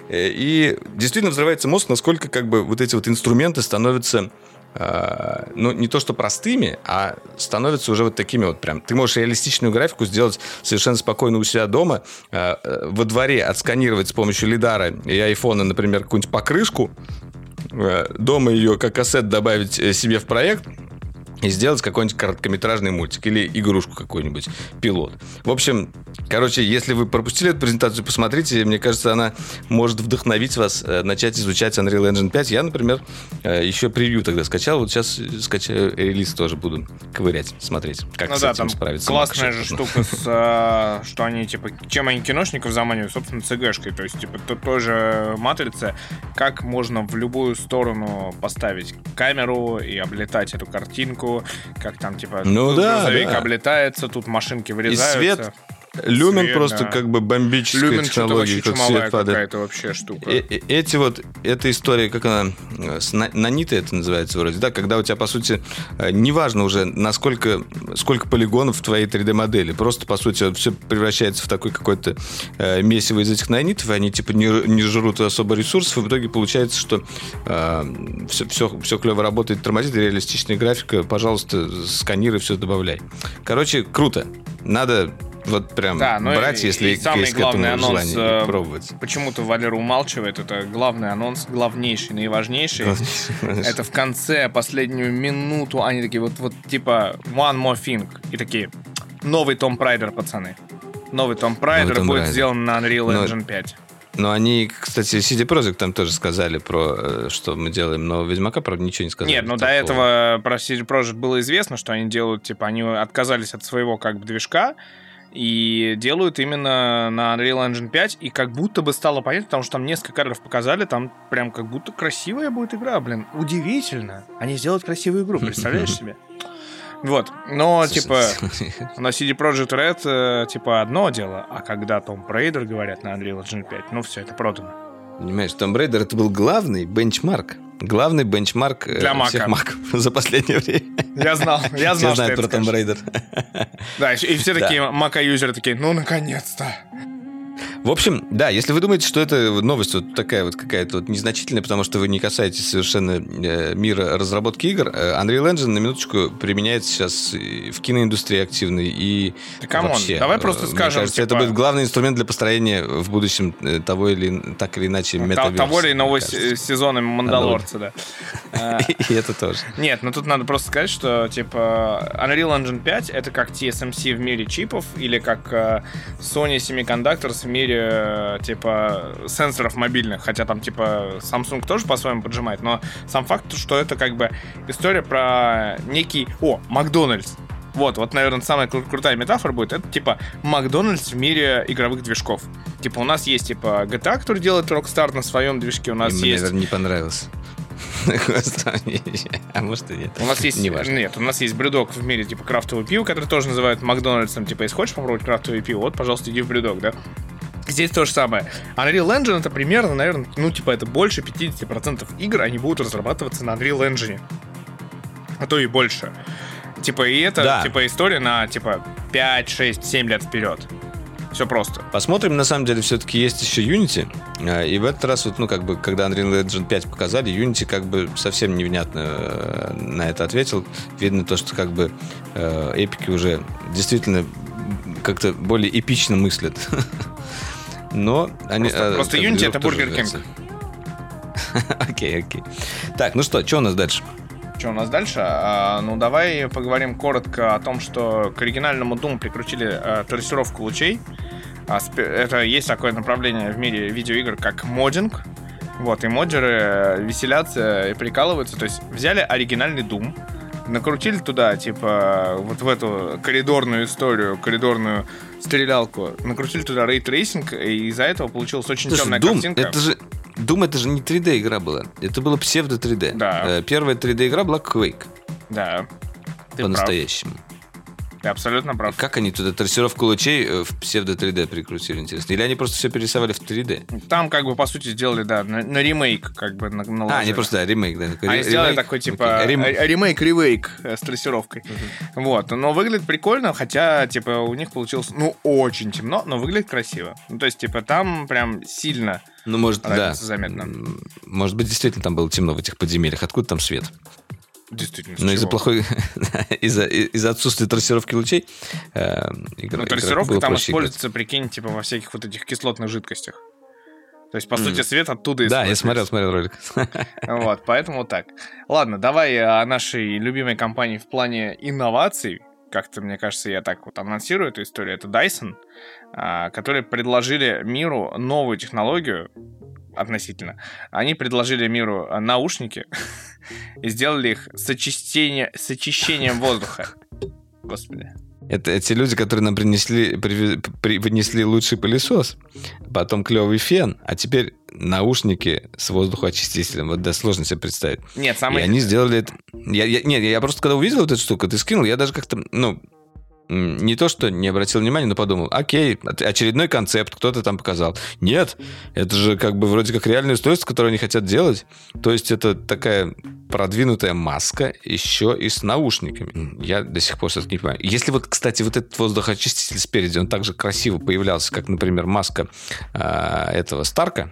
И действительно взрывается мозг, насколько как бы вот эти вот инструменты становятся Uh, ну, не то что простыми, а становятся уже вот такими вот прям. Ты можешь реалистичную графику сделать совершенно спокойно у себя дома, uh, во дворе отсканировать с помощью лидара и айфона, например, какую-нибудь покрышку, uh, дома ее как ассет добавить себе в проект и сделать какой-нибудь короткометражный мультик или игрушку какую-нибудь, пилот. В общем, короче, если вы пропустили эту презентацию, посмотрите. Мне кажется, она может вдохновить вас начать изучать Unreal Engine пять. Я, например, еще превью тогда скачал. Вот сейчас скачаю релиз, тоже буду ковырять, смотреть, как ну с да, этим справиться. Классная же штука, с, что они, типа, чем они киношников заманивают, собственно, цгэшкой. То есть, типа, то, тоже матрица, как можно в любую сторону поставить камеру и облетать эту картинку, как там, типа, ну, тут да, грузовик да. облетается, тут машинки вырезаются. И свет... Люмен Свет, просто да. как бы бомбическая Люмен технология, как свет падает. Какая-то вообще штука. И, и, эти вот, эта история, как она, наниты это называется вроде, да, когда у тебя, по сути, неважно уже, насколько, сколько полигонов в твоей три дэ-модели, просто, по сути, все превращается в такой какой-то э, месиво из этих нанитов, и они, типа, не, не жрут особо ресурсов, и в итоге получается, что э, все, все, все клево работает, тормозит, реалистичная графика, пожалуйста, сканируй, все добавляй. Короче, круто. Надо... Вот прям да, брать, и, если и самый есть главный к этому анонс, желание пробовать. Почему-то Валера умалчивает. Это главный анонс, главнейший, наиважнейший. Это в конце, последнюю минуту, они такие вот, вот типа one more thing. И такие, новый Tomb Raider, пацаны. Новый Tomb Raider новый будет Raider. сделан на Unreal Engine Но... пять. Но они, кстати, си ди Projekt там тоже сказали про, что мы делаем нового Ведьмака, правда, ничего не сказали. Нет, ну такого. До этого про си ди Projekt было известно, что они делают, типа, они отказались от своего как бы движка, и делают именно на Unreal Engine пять, и как будто бы стало понятно, потому что там несколько кадров показали, там прям как будто красивая будет игра, блин. Удивительно. Они сделают красивую игру, представляешь себе? Вот, но, типа, на си ди Projekt Red, типа, одно дело, а когда Tomb Raider говорят на Unreal Engine пять, ну все, это продано. Понимаешь, Tomb Raider это был главный бенчмарк, главный бенчмарк для всех маков за последнее время. Я знал, я знал, все знают про Tomb Raider. Да, и все такие мака-юзеры такие, ну, наконец-то. В общем, да, если вы думаете, что это новость вот такая вот какая-то вот незначительная, потому что вы не касаетесь совершенно э, мира разработки игр, э, Unreal Engine, на минуточку, применяется сейчас в киноиндустрии активно и да, камон, вообще. Давай просто э, скажем, мне кажется, типа... это будет главный инструмент для построения в будущем того или так или иначе метаверса. Того или иного сезона Мандалорца, да. И это тоже. Нет, ну тут надо просто сказать, что типа Unreal Engine пять это как ти эс эм си в мире чипов или как Sony Semiconductors в мире типа сенсоров мобильных, хотя там типа Samsung тоже по-своему поджимает, но сам факт, что это как бы история про некий... О, Макдональдс. Вот, вот, наверное, самая кру- крутая метафора будет. Это типа Макдональдс в мире игровых движков. Типа у нас есть типа джи ти эй, который делает Rockstar на своем движке, у нас Мне, есть... наверное, не понравилось. А может и нет. У нас есть... Не важно. Нет, у нас есть брюдок в мире типа крафтового пива, который тоже называют Макдональдсом. Типа, если хочешь попробовать крафтовое пиво, вот, пожалуйста, иди в брюдок, да? Здесь то же самое. Unreal Engine это примерно, наверное, ну, типа, это больше пятьдесят процентов игр, они будут разрабатываться на Unreal Engine. А то и больше. Типа, и это, да. типа, история на, типа, пять, шесть, семь лет вперед. Все просто. Посмотрим, на самом деле, все-таки есть еще Unity. И в этот раз, вот, ну, как бы, когда Unreal Engine пять показали, Unity как бы совсем невнятно на это ответил. Видно то, что как бы эпики уже действительно как-то более эпично мыслят. Но они... Просто, э, просто Unity — это Бургер Кинг. Окей, окей. Так, ну что, что у нас дальше? Что у нас дальше? А, ну, давай поговорим коротко о том, что к оригинальному Doom прикрутили а, трассировку лучей. А, спе- это есть такое направление в мире видеоигр, как моддинг. Вот, и моддеры веселятся и прикалываются. То есть взяли оригинальный Doom, накрутили туда, типа, вот в эту коридорную историю, коридорную стрелялку, накрутили туда рейтрейсинг, и из-за этого получилась очень Слушай, темная Doom, картинка. Это же, Doom это же не три дэ игра была, это была псевдо-три дэ. Да. Первая три дэ игра была Quake. Да. Ты По-настоящему. Прав. Ты абсолютно прав. Как они туда трассировку лучей в псевдо-три дэ прикрутили, интересно? Или они просто все перерисовали в три дэ? Там, как бы, по сути, сделали, да, на, на ремейк, как бы, наложили. А, они просто, да, ремейк, да. Они ремейк, сделали такой, типа, okay. Рем... ремейк-ремейк с трассировкой. Uh-huh. Вот, но выглядит прикольно, хотя, типа, у них получилось, ну, очень темно, но выглядит красиво. Ну, то есть, типа, там прям сильно ну, может, да. заметно. Может быть, действительно там было темно в этих подземельях. Откуда там свет? Действительно. Но из-за плохой, из-за, из-за отсутствия трассировки лучей э, игра, ну, трассировка там используется, играть. Прикинь, типа во всяких вот этих кислотных жидкостях. То есть, по mm. сути, свет оттуда используется. Да, я смотрел, смотрел ролик. Вот, поэтому вот так. Ладно, давай о нашей любимой компании в плане инноваций. Как-то, мне кажется, я так вот анонсирую эту историю. Это Dyson, которые предложили миру новую технологию, относительно. Они предложили миру наушники и сделали их с, очистение, с очищением воздуха. Господи. Это эти люди, которые нам принесли, при, при, принесли лучший пылесос, потом клевый фен, а теперь наушники с воздухоочистителем. Вот да, сложно себе представить. Нет, самое... И они сделали это... Я, я, нет, я просто когда увидел вот эту штуку, ты скинул, я даже как-то, ну... Не то, что не обратил внимания, но подумал, окей, очередной концепт кто-то там показал. Нет, это же как бы вроде как реальное устройство, которое они хотят делать. То есть это такая продвинутая маска еще и с наушниками. Я до сих пор все-таки не понимаю. Если вот, кстати, вот этот воздухоочиститель спереди, он так же красиво появлялся, как, например, маска а, этого Старка,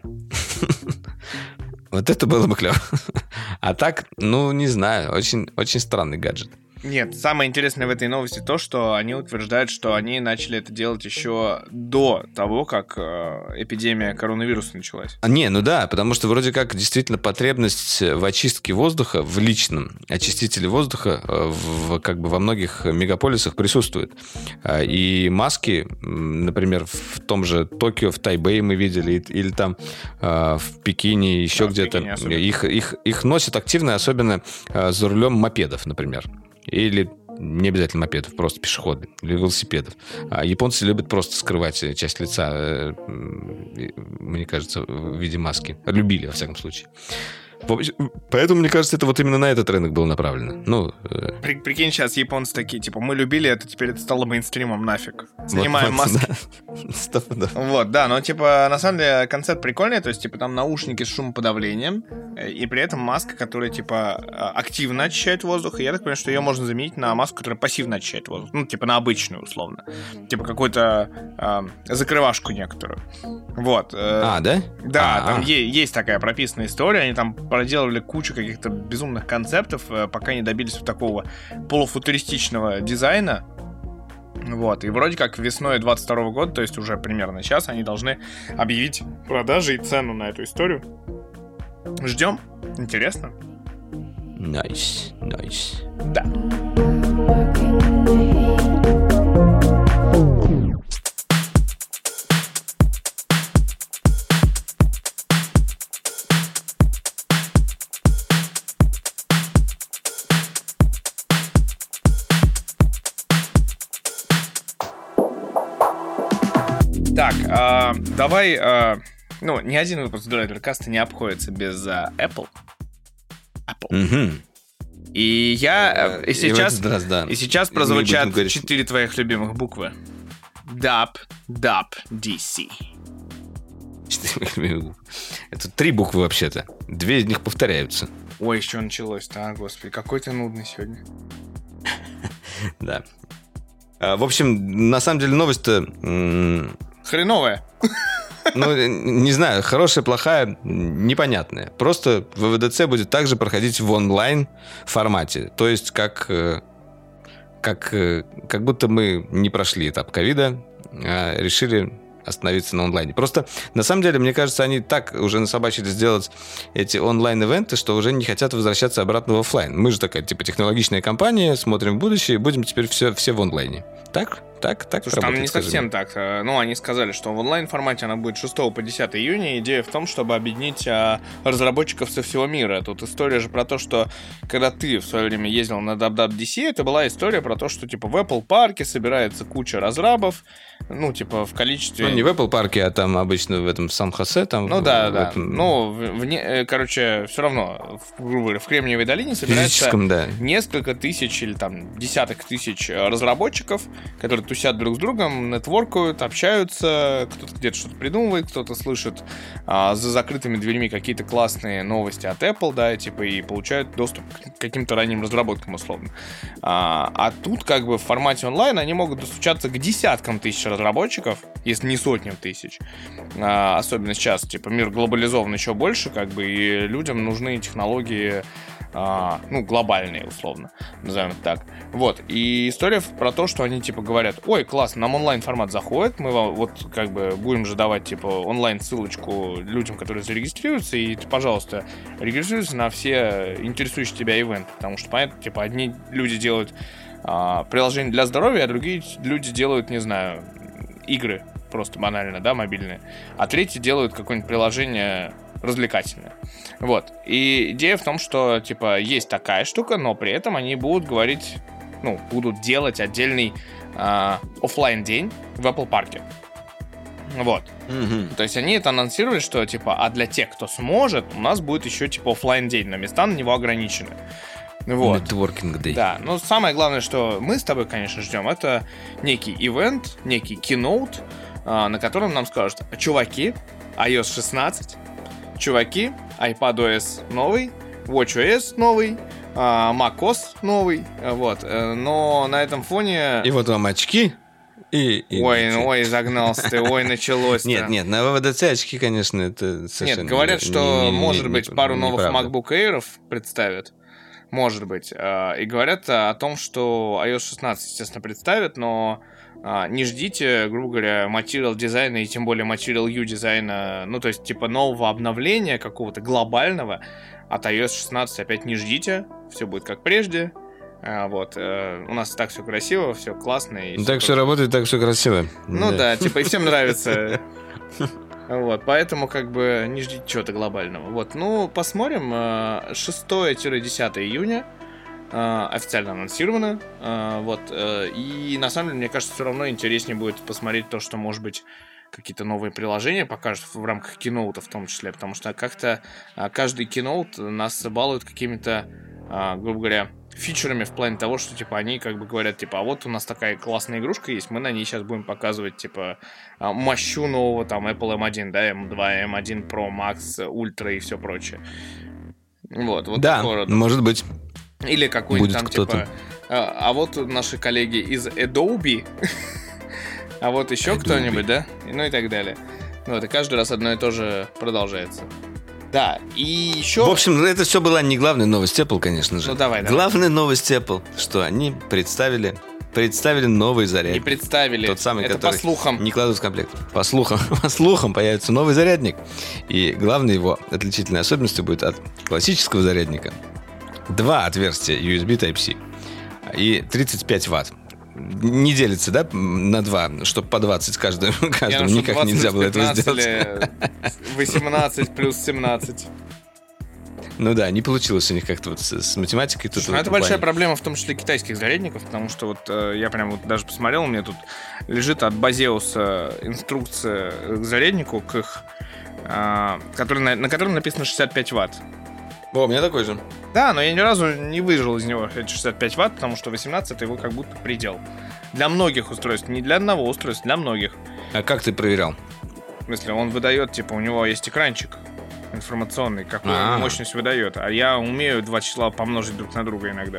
вот это было бы клево. А так, ну, не знаю, очень, очень странный гаджет. Нет, самое интересное в этой новости то, что они утверждают, что они начали это делать еще до того, как э, эпидемия коронавируса началась. Не, ну да, потому что вроде как действительно потребность в очистке воздуха, в личном очистителе воздуха в, как бы во многих мегаполисах присутствует. И маски, например, в том же Токио, в Тайбэе мы видели, или там э, в Пекине, еще да, где-то, их, их, их носят активно, особенно э, за рулем мопедов, например. Или не обязательно мопедов, просто пешеходы или велосипедов. А японцы любят просто скрывать часть лица, мне кажется, в виде маски. Любили, во всяком случае. Поэтому, мне кажется, это вот именно на этот рынок было направлено. Ну, э... При, прикинь, сейчас японцы такие, типа, мы любили это, теперь это стало мейнстримом, нафиг. Занимаем вот, маски. Да. Да. Вот, да, но, типа, на самом деле, концепт прикольный, то есть, типа, там наушники с шумоподавлением, и при этом маска, которая, типа, активно очищает воздух, и я так понимаю, что ее можно заменить на маску, которая пассивно очищает воздух, ну, типа, на обычную, условно. Типа, какую-то э, закрывашку некоторую. Вот. Э, а, да? Да, А-а. там е- есть такая прописанная история, они там проделали кучу каких-то безумных концептов, пока не добились вот такого полуфутуристичного дизайна. Вот, и вроде как весной двадцать второго года, то есть уже примерно сейчас, они должны объявить продажи и цену на эту историю. Ждем. Интересно. Найс, nice, найс. Nice. Да. Так, э, давай, э, ну, ни один выпуск Droidercast не обходится без э, Apple. Apple. Mm-hmm. И я, э, и, и сейчас, раз, да. и сейчас прозвучат четыре твоих любимых буквы. даб, даб, ди си. Это три буквы вообще-то. Две из них повторяются. Ой, что началось-то, а, господи, какой ты нудный сегодня. Да. В общем, на самом деле новость-то... Хреновая. Ну, не знаю, хорошая, плохая, непонятная. Просто вэ вэ дэ цэ будет также проходить в онлайн формате. То есть, как, как, как будто мы не прошли этап ковида, а решили остановиться на онлайне. Просто, на самом деле, мне кажется, они так уже насобачили сделать эти онлайн-ивенты, что уже не хотят возвращаться обратно в офлайн. Мы же такая, типа, технологичная компания, смотрим в будущее, и будем теперь все, все в онлайне. Так? Так, так. Слушай, там не совсем так. Ну, они сказали, что в онлайн-формате она будет с шестого по десятое июня. Идея в том, чтобы объединить а, разработчиков со всего мира. Тут история же про то, что когда ты в свое время ездил на даб даб ди си, это была история про то, что типа в Apple парке собирается куча разрабов, ну, типа в количестве... Ну, не в Apple парке, а там обычно в этом Сан-Хосе. Там, ну, да, в да. Этом... Ну, в, короче, все равно, в, грубо говоря, в Кремниевой долине собирается да. несколько тысяч или там десяток тысяч разработчиков, которые тусят друг с другом, нетворкают, общаются, кто-то где-то что-то придумывает, кто-то слышит а, за закрытыми дверьми какие-то классные новости от Apple, да, типа, и получают доступ к каким-то ранним разработкам, условно. А, а тут, как бы, в формате онлайн они могут достучаться к десяткам тысяч разработчиков, если не сотням тысяч. А, особенно сейчас, типа, мир глобализован еще больше, как бы, и людям нужны технологии, а, ну, глобальные, условно, назовем это так. Вот, и история про то, что они, типа, говорят: ой, классно, нам онлайн-формат заходит, мы вам, вот, как бы, будем же давать, типа, онлайн-ссылочку людям, которые зарегистрируются, и ты, пожалуйста, регистрируйся на все интересующие тебя ивенты, потому что, понятно, типа, одни люди делают а, приложения для здоровья, а другие люди делают, не знаю, игры, просто банально, да, мобильные, а третьи делают какое-нибудь приложение развлекательное. Вот. И идея в том, что, типа, есть такая штука, но при этом они будут говорить, ну, будут делать отдельный э, офлайн-день в Apple парке. Вот. Mm-hmm. То есть они это анонсировали, что, типа, а для тех, кто сможет, у нас будет еще, типа, офлайн-день, но места на него ограничены. Вот. Networking day. Да, но самое главное, что мы с тобой, конечно, ждем, это некий ивент, некий keynote, э, на котором нам скажут: чуваки, ай о эс шестнадцать, чуваки, iPadOS новый, watchOS новый, macOS новый, вот. Но на этом фоне... И вот вам очки. И, и ой, ну, ой, загнался ты, ой, началось-то. Нет, нет, на вэ вэ дэ цэ очки, конечно, это совершенно... Нет, говорят, не, что, не, не, может не, быть, не, пару не новых правда. MacBook Air'ов представят. Может быть. И говорят о том, что ай о эс шестнадцать, естественно, представят, но... не ждите, грубо говоря, Material дизайна и тем более Material U дизайна, ну, то есть, типа, нового обновления какого-то глобального от ай о эс шестнадцать опять не ждите, все будет как прежде, а, вот, э, у нас и так все красиво, все классно. И так все работает, так все красиво. Ну да, да типа, и всем нравится. Вот, поэтому, как бы, не ждите чего-то глобального. Вот, ну, посмотрим, шестого-десятого июня Uh, официально анонсировано, uh, вот, uh, и на самом деле, мне кажется, все равно интереснее будет посмотреть то, что, может быть, какие-то новые приложения покажут в рамках Keynote в том числе, потому что как-то каждый Keynote нас балует какими-то, грубо говоря, фичерами в плане того, что, типа, они как бы говорят, типа, а вот у нас такая классная игрушка есть, мы на ней сейчас будем показывать, типа, мощу нового, там, Apple эм один, да, эм два, эм один Pro, Max, Ultra и все прочее. Вот, вот да, такого рода. Может быть. Или какой-нибудь будет там, кто-то. типа, а, а вот наши коллеги из Adobe, а вот еще Adobe. кто-нибудь, да, ну и так далее. Вот, и каждый раз одно и то же продолжается. Да, и еще... В общем, это все была не главная новость Apple, конечно же. Ну, давай, давай. Главная новость Apple, что они представили, представили новый зарядник. Не представили. Тот самый, это который по слухам. не кладут в комплект. По слухам. По слухам появится новый зарядник. И главной его отличительной особенностью будет от классического зарядника два отверстия ю эс би Type-C и тридцать пять ватт. Не делится, да, на два, чтобы по двадцать каждому, каждому. Я, никак нельзя было этого сделать. Или восемнадцать плюс семнадцать. Ну да, не получилось у них как-то вот с, с математикой. Тут ну, это большая проблема, в том числе китайских зарядников, потому что вот э, я прям вот даже посмотрел, у меня тут лежит от Базеуса инструкция к заряднику, к их, э, который, на, на котором написано шестьдесят пять ватт. О, у меня такой же. Да, но я ни разу не выжил из него эти шестьдесят пять ватт, потому что восемнадцать это его как будто предел. Для многих устройств, не для одного устройства, для многих. А как ты проверял? В смысле, он выдает, типа, у него есть экранчик информационный, какую А-а-а. мощность выдает. А я умею два числа помножить друг на друга иногда.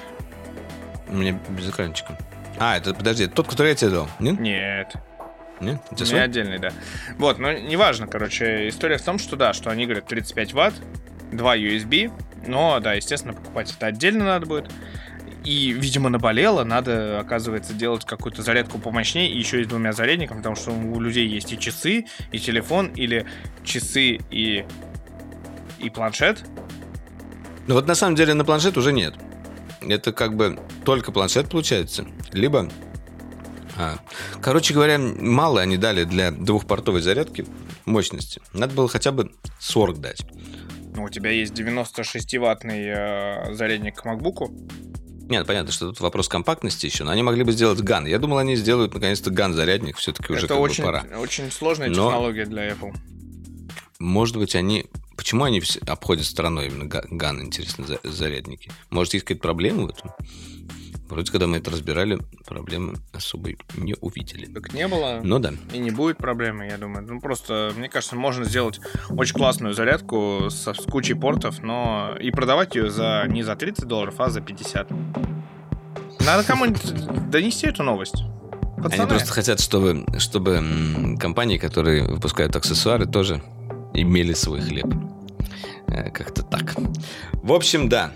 У меня без экранчика. А, это, подожди, это тот, который я тебе дал, нет? Нет. Нет? У тебя У свой? меня отдельный, да. Вот, но неважно, короче, история в том, что да, что они говорят тридцать пять ватт, два ю эс би, но, да, естественно, покупать это отдельно надо будет. И, видимо, наболело, надо, оказывается, делать какую-то зарядку помощнее, и еще и с двумя зарядниками, потому что у людей есть и часы, и телефон, или часы и, и планшет. Ну вот на самом деле на планшет уже нет. Это как бы только планшет получается. Либо... А, короче говоря, мало они дали для двухпортовой зарядки мощности. Надо было хотя бы сорок дать. Ну, у тебя есть девяносто шестиваттный э, зарядник к MacBook'у. Нет, понятно, что тут вопрос компактности еще, но они могли бы сделать ган. Я думал, они сделают наконец-то ган-зарядник, все-таки уже это как очень, бы пора. очень сложная но, технология для Apple. Может быть, они... Почему они все обходят стороной именно ган, интересно, зарядники? Может, есть какая-то проблема в этом? Вроде, когда мы это разбирали, проблемы особой не увидели. Так не было. Ну да. И не будет проблемы, я думаю. Ну, просто, мне кажется, можно сделать очень классную зарядку с, с кучей портов, но и продавать ее за не за тридцать долларов, а за пятьдесят. Надо кому-нибудь донести эту новость. Пацаны. Они просто хотят, чтобы, чтобы м, компании, которые выпускают аксессуары, тоже имели свой хлеб. Э, как-то так. В общем, да.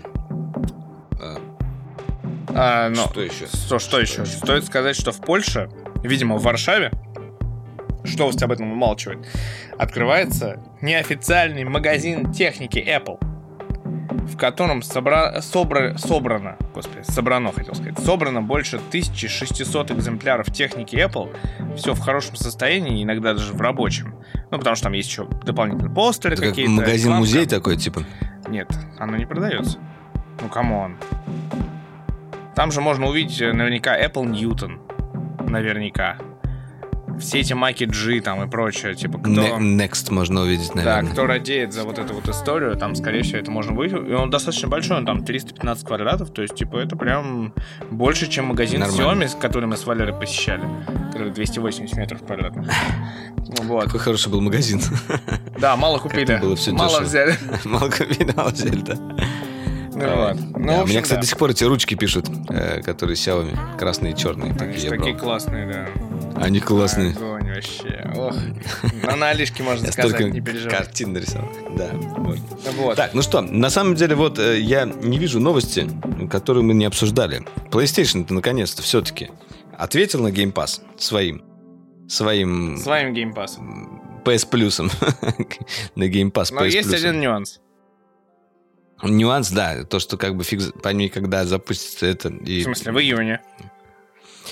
А, но, что еще? Что, что, что еще? Стоит сказать, что в Польше, видимо, в Варшаве, что новость об этом умалчивает, открывается неофициальный магазин техники Apple, в котором собра... собра... собрано, господи, собрано, хотел сказать, собрано больше тысяча шестьсот экземпляров техники Apple, все в хорошем состоянии, иногда даже в рабочем. Ну, потому что там есть еще дополнительные постеры Это какие-то. Как магазин-музей такой, типа? Нет, оно не продается. Ну, камон. Там же можно увидеть наверняка Apple Newton. Наверняка. Все эти Маки G там и прочее. Типа, кто... Next можно увидеть, наверное. Да, кто радеет за вот эту вот историю, там, скорее всего, это можно увидеть. И он достаточно большой, он там триста пятнадцать квадратов. То есть, типа, это прям больше, чем магазин Нормально. Xiaomi, который мы с Валерой посещали. Который двести восемьдесят метров квадратных. Вот. Какой хороший был магазин. Да, мало купили. Было все мало дешево. взяли. Мало купили, мало взяли, да. Ну, вот. ну, Да, в у меня, общем, кстати, да. до сих пор эти ручки пишут, э, которые Xiaomi, красные и черные. Они Такие ж я такие брал. классные, да. Они классные. Огонь вообще. Ох. Но на Алишке можно Я сказать, столько не переживай. картин нарисовал. Да. Вот. Вот. Так, ну что, на самом деле, вот э, я не вижу новости, которую мы не обсуждали. PlayStation-то наконец-то все-таки ответил на Game Pass своим. Своим... Своим Game Pass. пи эс плюсом. На Game Pass Но пи эс есть плюсом. один нюанс. Нюанс, да, то, что как бы фиг пойми, когда запустится это. И... В смысле, в июне.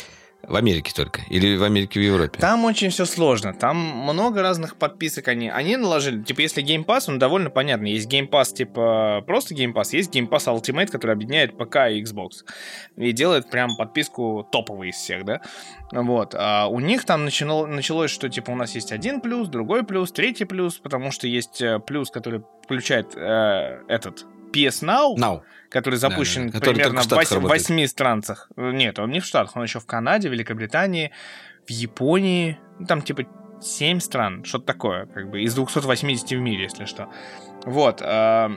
В Америке только? Или в Америке, в Европе? Там очень все сложно. Там много разных подписок они. Они наложили. Типа, если Game Pass, он довольно понятный. Есть Game Pass, типа, просто Game Pass. Есть Game Pass Ultimate, который объединяет ПК и Xbox. И делает прям подписку топовой из всех, да? Вот. А у них там начало, началось, что, типа, у нас есть один плюс, другой плюс, третий плюс, потому что есть плюс, который включает э, этот... пи эс Now, Now, который запущен да, да, примерно в восьми странах. Нет, он не в Штатах, он еще в Канаде, Великобритании, в Японии. Там типа семь стран, что-то такое, как бы из двухсот восьмидесяти в мире, если что. Вот. Э,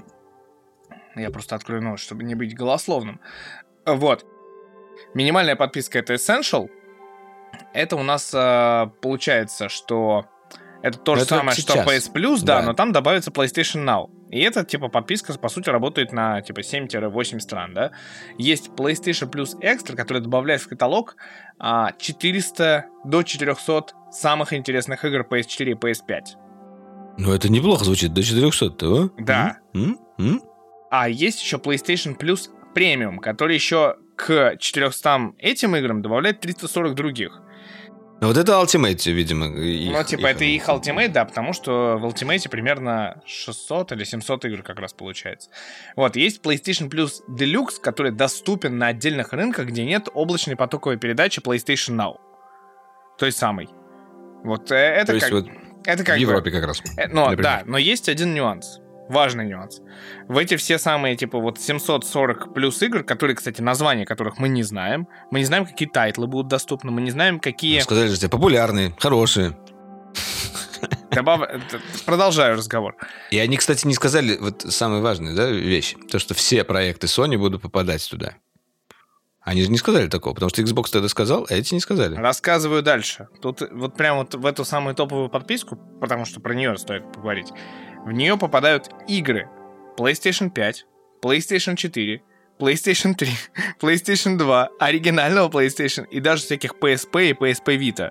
я просто открою новость, чтобы не быть голословным. Вот. Минимальная подписка — это Essential. Это у нас э, получается, что это то же это самое, сейчас. Что пи эс Plus, да, да, но там добавится PlayStation Now. И это, типа, подписка, по сути, работает на, типа, семь-восемь стран, да. Есть PlayStation Plus Extra, который добавляет в каталог а, четыреста до четырехсот самых интересных игр пи эс четыре и пи эс пять. Ну, это неплохо звучит, до четырехсот, да? Да. Mm-hmm. А есть еще PlayStation Plus Premium, который еще к четырехстам этим играм добавляет триста сорок других. Ну, вот это Ultimate, видимо. Их, ну, типа, их... это их Ultimate, да, потому что в Ultimate примерно шестьсот или семьсот игр как раз получается. Вот, есть PlayStation Plus Deluxe, который доступен на отдельных рынках, где нет облачной потоковой передачи PlayStation Now. Той самой. Вот это То как... Вот это как в Европе бы... как раз. Но, да, но есть один нюанс. Важный нюанс. В эти все самые, типа, вот семьсот сорок плюс игр, которые, кстати, названия которых мы не знаем. Мы не знаем, какие тайтлы будут доступны. Мы не знаем, какие... Сказали же, популярные, хорошие. Добав... Продолжаю разговор. И они, кстати, не сказали, вот самая важная, да, вещь, то, что все проекты Sony будут попадать туда. Они же не сказали такого, потому что Xbox тогда сказал, а эти не сказали. Рассказываю дальше. Тут вот прямо вот в эту самую топовую подписку, потому что про нее стоит поговорить, в нее попадают игры PlayStation пять, PlayStation четыре, PlayStation три, PlayStation два, оригинального PlayStation и даже всяких пи эс пи и пи эс пи Vita.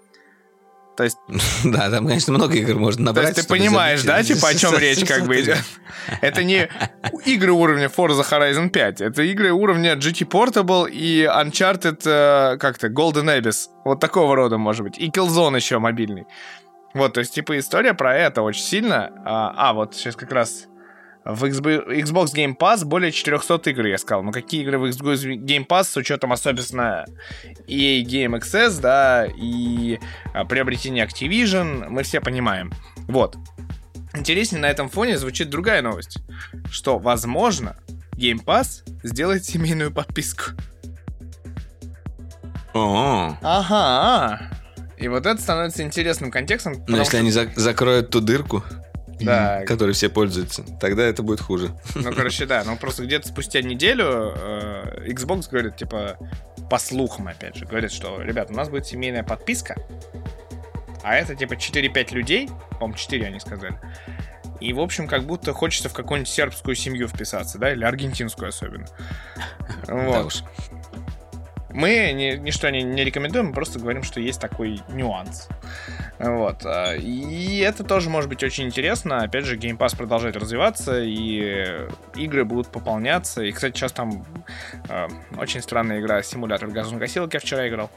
То есть... Да, там, конечно, много игр можно набрать. То есть ты понимаешь, да, типа, о чем речь как бы идет? Это не игры уровня Forza Horizon пять, это игры уровня джи ти Portable и Uncharted, как-то, Golden Abyss. Вот такого рода, может быть. И Killzone еще мобильный. Вот, то есть, типа, история про это очень сильно. А, а вот сейчас как раз в Xbox Game Pass более четырехсот игр, я сказал. Ну, какие игры в Xbox Game Pass с учетом особенно и эй Game Access, да, и а, приобретение Activision, мы все понимаем. Вот. Интереснее на этом фоне звучит другая новость, что, возможно, Game Pass сделает семейную подписку. О-о-о. Ага. И вот это становится интересным контекстом. Но если что... они за- закроют ту дырку, да, которой все пользуются, тогда это будет хуже. Ну, короче, да. Ну, просто где-то спустя неделю э, Xbox говорит, типа, по слухам, опять же, говорит, что, ребят, у нас будет семейная подписка, а это, типа, четыре-пять людей, по-моему, четыре они сказали. И, в общем, как будто хочется в какую-нибудь сербскую семью вписаться, да, или аргентинскую особенно. Да уж. Мы ни, ничто не, не рекомендуем, мы просто говорим, что есть такой нюанс. Вот. И это тоже может быть очень интересно. Опять же, Game Pass продолжает развиваться, и игры будут пополняться. И, кстати, сейчас там э, очень странная игра, симулятор газонокосилок, я вчера играл.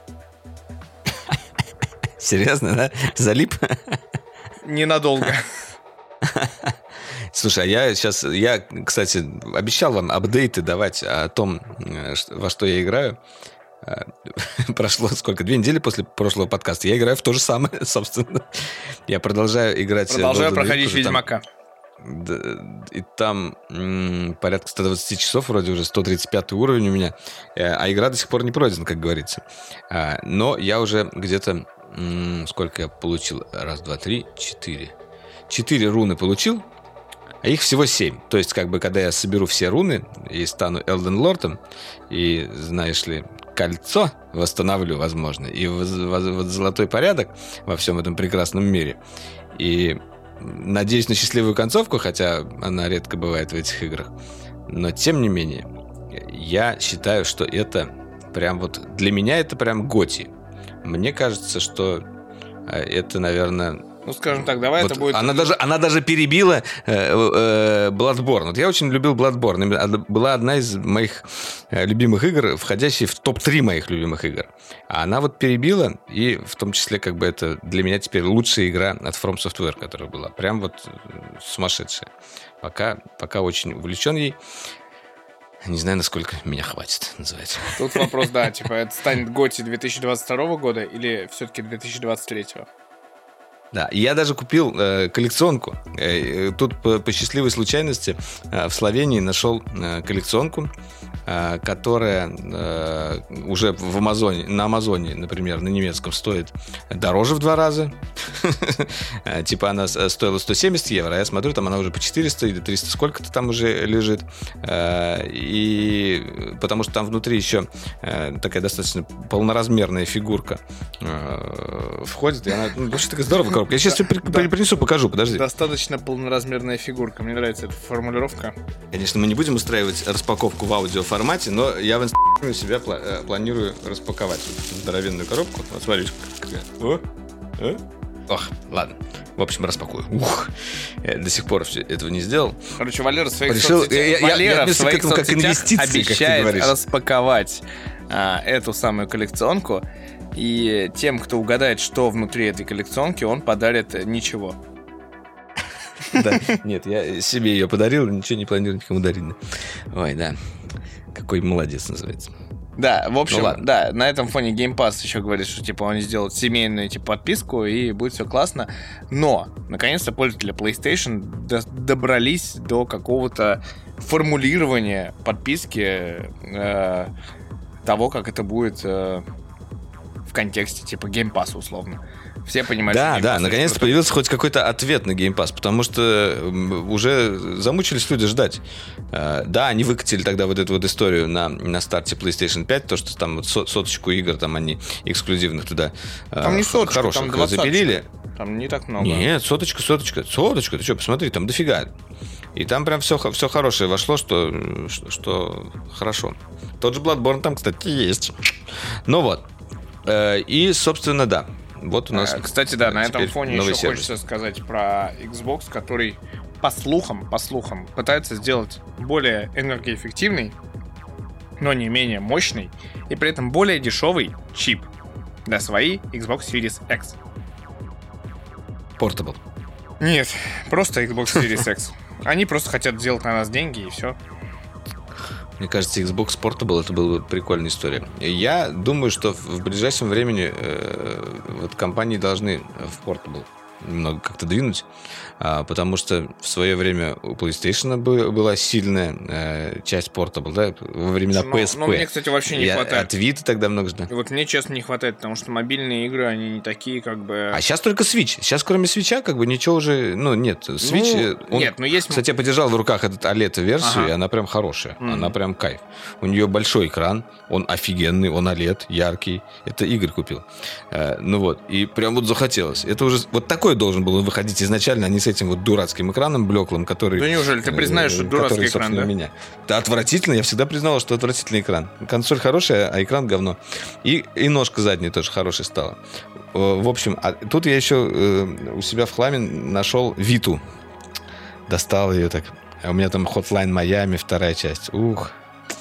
Серьезно, да? Залип? Ненадолго. Слушай, а я сейчас, я, кстати, обещал вам апдейты давать о том, во что я играю. Прошло сколько? Две недели после прошлого подкаста. Я играю в то же самое, собственно. Я продолжаю играть. Продолжаю проходить Ведьмака. Там, и там м, порядка сто двадцать часов, вроде уже сто тридцать пятый уровень у меня. А игра до сих пор не пройдена, как говорится. Но я уже где-то... М, сколько я получил? Раз, два, три, четыре. Четыре руны получил. А их всего семь. То есть, как бы, когда я соберу все руны и стану Элден Лордом, и, знаешь ли, кольцо восстановлю, возможно, и вот золотой порядок во всем этом прекрасном мире. И надеюсь на счастливую концовку, хотя она редко бывает в этих играх. Но, тем не менее, я считаю, что это прям вот... Для меня это прям готи. Мне кажется, что это, наверное... Ну, скажем так, давай вот это будет... Она даже, она даже перебила э, э, Bloodborne. Вот я очень любил Bloodborne. Была одна из моих любимых игр, входящая в топ три моих любимых игр. А она вот перебила, и в том числе как бы это для меня теперь лучшая игра от From Software, которая была. Прям вот сумасшедшая. Пока, пока очень увлечен ей. Не знаю, насколько меня хватит, называется. Тут вопрос, да, типа, это станет готи две тысячи двадцать второго года или все-таки две тысячи двадцать третьего? Да, я даже купил э, коллекционку. Э, тут по, по счастливой случайности э, в Словении нашел э, коллекционку, э, которая э, уже в Амазоне, на Амазоне, например, на немецком стоит дороже в два раза. Типа она стоила сто семьдесят евро, а я смотрю, там она уже по четыреста или триста сколько-то там уже лежит. И потому что там внутри еще такая достаточно полноразмерная фигурка входит, и она вообще такая здоровая коробка. Я сейчас тебе принесу, покажу, подожди. Достаточно полноразмерная фигурка. Мне нравится эта формулировка. Конечно, мы не будем устраивать распаковку в аудиоформате, но я в Инстаграме у себя пла- планирую распаковать вот здоровенную коробку. Вот смотри, какая. О, о. Ох, ладно. В общем, распакую. Ух, я до сих пор все этого не сделал. Короче, Валера в своих Решил, соцсетях, я, Валера я, я в своих как, как соцсетях обещает как распаковать а, эту самую коллекционку. И тем, кто угадает, что внутри этой коллекционки, он подарит ничего. Да, нет, я себе ее подарил, ничего не планирую никому дарить. Ой, да. Какой молодец, называется. Да, в общем, ну, да, на этом фоне Game Pass еще говорит, что типа они сделают семейную типа подписку и будет все классно. Но, наконец-то, пользователи PlayStation до- добрались до какого-то формулирования подписки э, того, как это будет э, в контексте типа Game Pass условно. Все понимают, да, что да, Pass наконец-то крутой. появился хоть какой-то ответ на Game Pass, потому что уже замучились люди ждать. Да, они выкатили тогда вот эту вот историю на, на старте PlayStation пять, то, что там вот соточку игр, там они эксклюзивных туда там не соточка, хороших там двадцаточка. запилили. Там не так много. Нет, соточка, соточка, соточка, ты что, посмотри, там дофига. И там прям все, все хорошее вошло, что, что, что хорошо. Тот же Bloodborne там, кстати, есть. Ну вот. И, собственно, да. Вот у нас. Кстати, да, на этом фоне еще сервис. Хочется сказать про Xbox, который, по слухам, по слухам, пытается сделать более энергоэффективный, но не менее мощный, и при этом более дешевый чип для своей Xbox Series X. Portable. Нет, просто Xbox Series X. Они просто хотят сделать на нас деньги, и все. Мне кажется, Xbox Portable это была бы прикольная история. Я думаю, что в ближайшем времени э, вот компании должны в Portable немного как-то двинуть, а, потому что в свое время у PlayStation была сильная э, часть Portable, да, во времена но, пи эс пи. Но мне, кстати, вообще не Я хватает. От Vita тогда много ждал. И вот мне, честно, не хватает, потому что мобильные игры, они не такие, как бы... А сейчас только Switch. Сейчас, кроме Switch'а, как бы ничего уже... Ну, нет. Switch... Ну, он, нет, но есть... Кстати, я подержал в руках этот о лед-версию, Ага. и она прям хорошая. Mm. Она прям кайф. У нее большой экран, он офигенный, он о лед, яркий. Это Игорь купил. Э, ну вот. И прям вот захотелось. Это уже... Вот такой должен был выходить изначально, а не с этим вот дурацким экраном блеклым, который... Да неужели? Ты признаешь, что дурацкий который, экран, да? У меня. Да, отвратительно. Я всегда признавал, что отвратительный экран. Консоль хорошая, а экран говно. И, и ножка задняя тоже хорошая стала. В общем, а тут я еще э, у себя в хламе нашел Виту. Достал ее так. А у меня там Hotline Miami, вторая часть. Ух.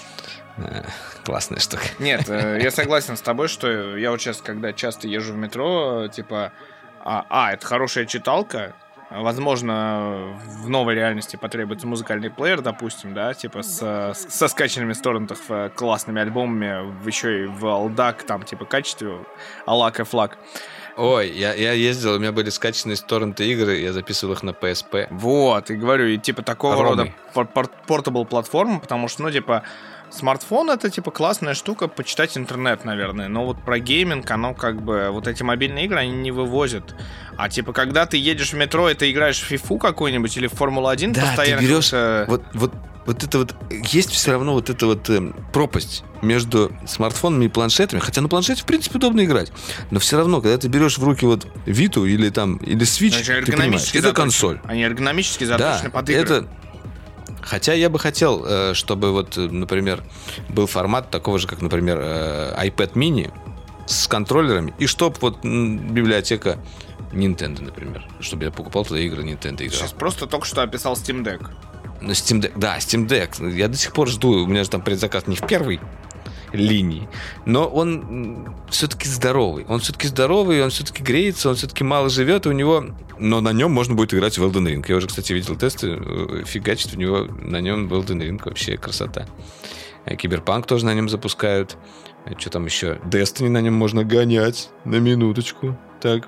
Э, классная штука. Нет, э, я согласен с тобой, что я вот сейчас, когда часто езжу в метро, типа, а, а это хорошая читалка. Возможно, в новой реальности потребуется музыкальный плеер, допустим, да, типа с, с, со скачанными с торрентов классными альбомами, еще и в алдак, там, типа, качестве, алак и флаг. Ой, я, я ездил, у меня были скачанные с торрента игры, я записывал их на пи эс пи. Вот, и говорю, и типа такого Ромой. рода портабл платформа, потому что, ну, типа, смартфон — это, типа, классная штука, почитать интернет, наверное. Но вот про гейминг, оно как бы... Вот эти мобильные игры, они не вывозят. А, типа, когда ты едешь в метро, и ты играешь в фифу какую-нибудь или в Формулу-один, Да, постоянно... ты берешь... как-то- Вот, вот, вот это вот... Есть все равно вот эта вот э, пропасть между смартфонами и планшетами. Хотя на планшете, в принципе, удобно играть. Но все равно, когда ты берешь в руки вот Виту или там... Или Switch, Они же ты понимаешь, эргономически это заточены. консоль. Они эргономически Да, заточены под игры. это... Хотя я бы хотел, э, чтобы вот, э, например, был формат такого же, как, например, э, iPad mini с контроллерами, и чтоб вот м, библиотека Nintendo, например. Чтобы я покупал туда игры Nintendo играл. Сейчас просто только что описал Steam Deck. Ну, Steam Deck, да, Steam Deck. Я до сих пор жду. У меня же там предзаказ не в первой линии. Но он все-таки здоровый. Он все-таки здоровый, он все-таки греется, он все-таки мало живет, и у него... Но на нем можно будет играть в Elden Ring. Я уже, кстати, видел тесты. Фигачит у него на нем Elden Ring. Вообще красота. Киберпанк тоже на нем запускают. Что там еще? Destiny на нем можно гонять. На минуточку. Так.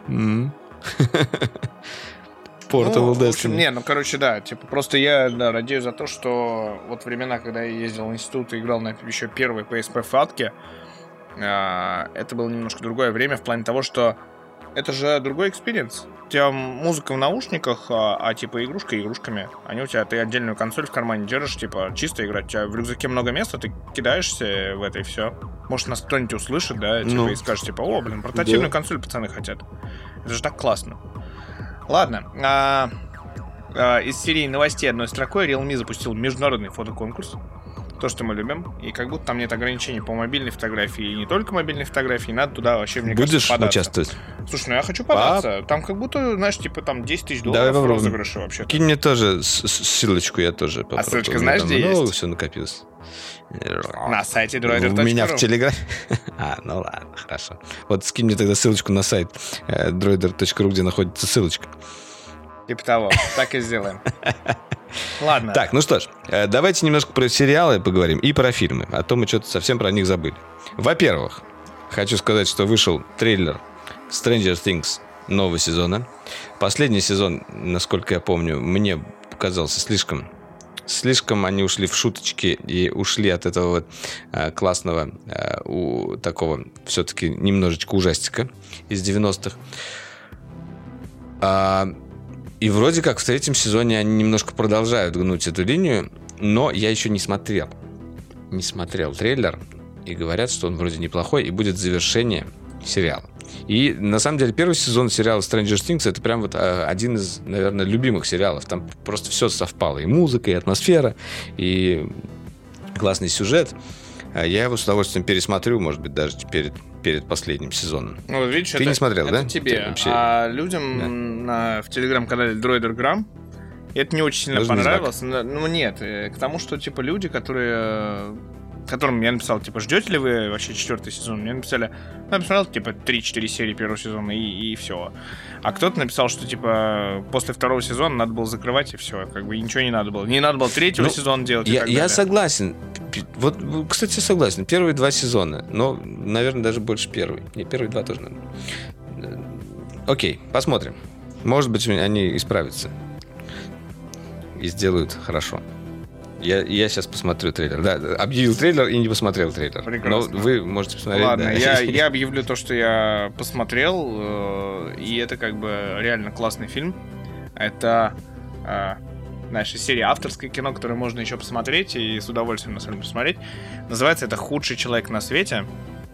Portable ну, Destiny. В общем, не, ну, короче, да. Типа, просто я, да, радею за то, что вот времена, когда я ездил в институт и играл на еще первой пи эс пи-фатке, э, это было немножко другое время в плане того, что это же другой экспириенс. У тебя музыка в наушниках, а, а типа игрушка игрушками. Они у тебя, ты отдельную консоль в кармане держишь, типа чисто играть. У тебя в рюкзаке много места, ты кидаешься в это и все. Может, нас кто-нибудь услышит, да, типа, ну, и скажет, типа, о, блин, портативную да. консоль пацаны хотят. Это же так классно. Ладно. А, а, из серии новостей одной строкой Realme запустил международный фотоконкурс. То, что мы любим. И как будто там нет ограничений по мобильной фотографии. И не только мобильной фотографии. Надо туда вообще, мне Будешь кажется, податься. участвовать? Слушай, ну я хочу податься. Пап. Там как будто, знаешь, типа там десять тысяч долларов в розыгрыше вообще. Кинь мне тоже ссылочку, я тоже попробую. А ссылочка знаешь, там, где ну, есть? Все накопилось. На сайте дроидер точка ру. У меня в Телеграме. А, ну ладно, хорошо. Вот скинь мне тогда ссылочку на сайт дроидер точка ру, где находится ссылочка. Типа того, так и сделаем. Ладно. Так, ну что ж, давайте немножко про сериалы поговорим и про фильмы. А то мы что-то совсем про них забыли. Во-первых, хочу сказать, что вышел трейлер Stranger Things нового сезона. Последний сезон, насколько я помню, мне показался слишком... Слишком они ушли в шуточки и ушли от этого вот а, классного, а, у, такого все-таки немножечко ужастика из девяностых. А, и вроде как в третьем сезоне они немножко продолжают гнуть эту линию, но я еще не смотрел. Не смотрел трейлер, и говорят, что он вроде неплохой, и будет завершение сериала. И на самом деле первый сезон сериала Stranger Things это прям вот один из, наверное, любимых сериалов. Там просто все совпало. И музыка, и атмосфера, и классный сюжет. Я его с удовольствием пересмотрю, может быть, даже перед, перед последним сезоном. Ну, видишь, Ты это, не смотрел, это да? тебе. Вообще... А людям да. на, в телеграм-канале DroiderGram это не очень сильно Даже понравилось. Не ну, нет, к тому, что, типа, люди, которые... которым я написал, типа, ждете ли вы вообще четвертый сезон? Мне написали, ну, я посмотрел, типа, три-четыре серии первого сезона, и, и все. А кто-то написал, что, типа, после второго сезона надо было закрывать, и все. Как бы, и ничего не надо было. Не надо было третьего ну, сезона делать. Я, я согласен. Вот, кстати, согласен. Первые два сезона. Но, наверное, даже больше первый. Не, первые два тоже надо. Окей, посмотрим. Может быть, они исправятся. И сделают хорошо. Я, я сейчас посмотрю трейлер. Да, объявил трейлер и не посмотрел трейлер. Прекрасно. Но вы можете посмотреть. Ладно, да. я, я объявлю то, что я посмотрел. Э, и это как бы реально классный фильм. Это, э, знаешь, из серии авторское кино, которое можно еще посмотреть. И с удовольствием на самом деле посмотреть. Называется это «Худший человек на свете».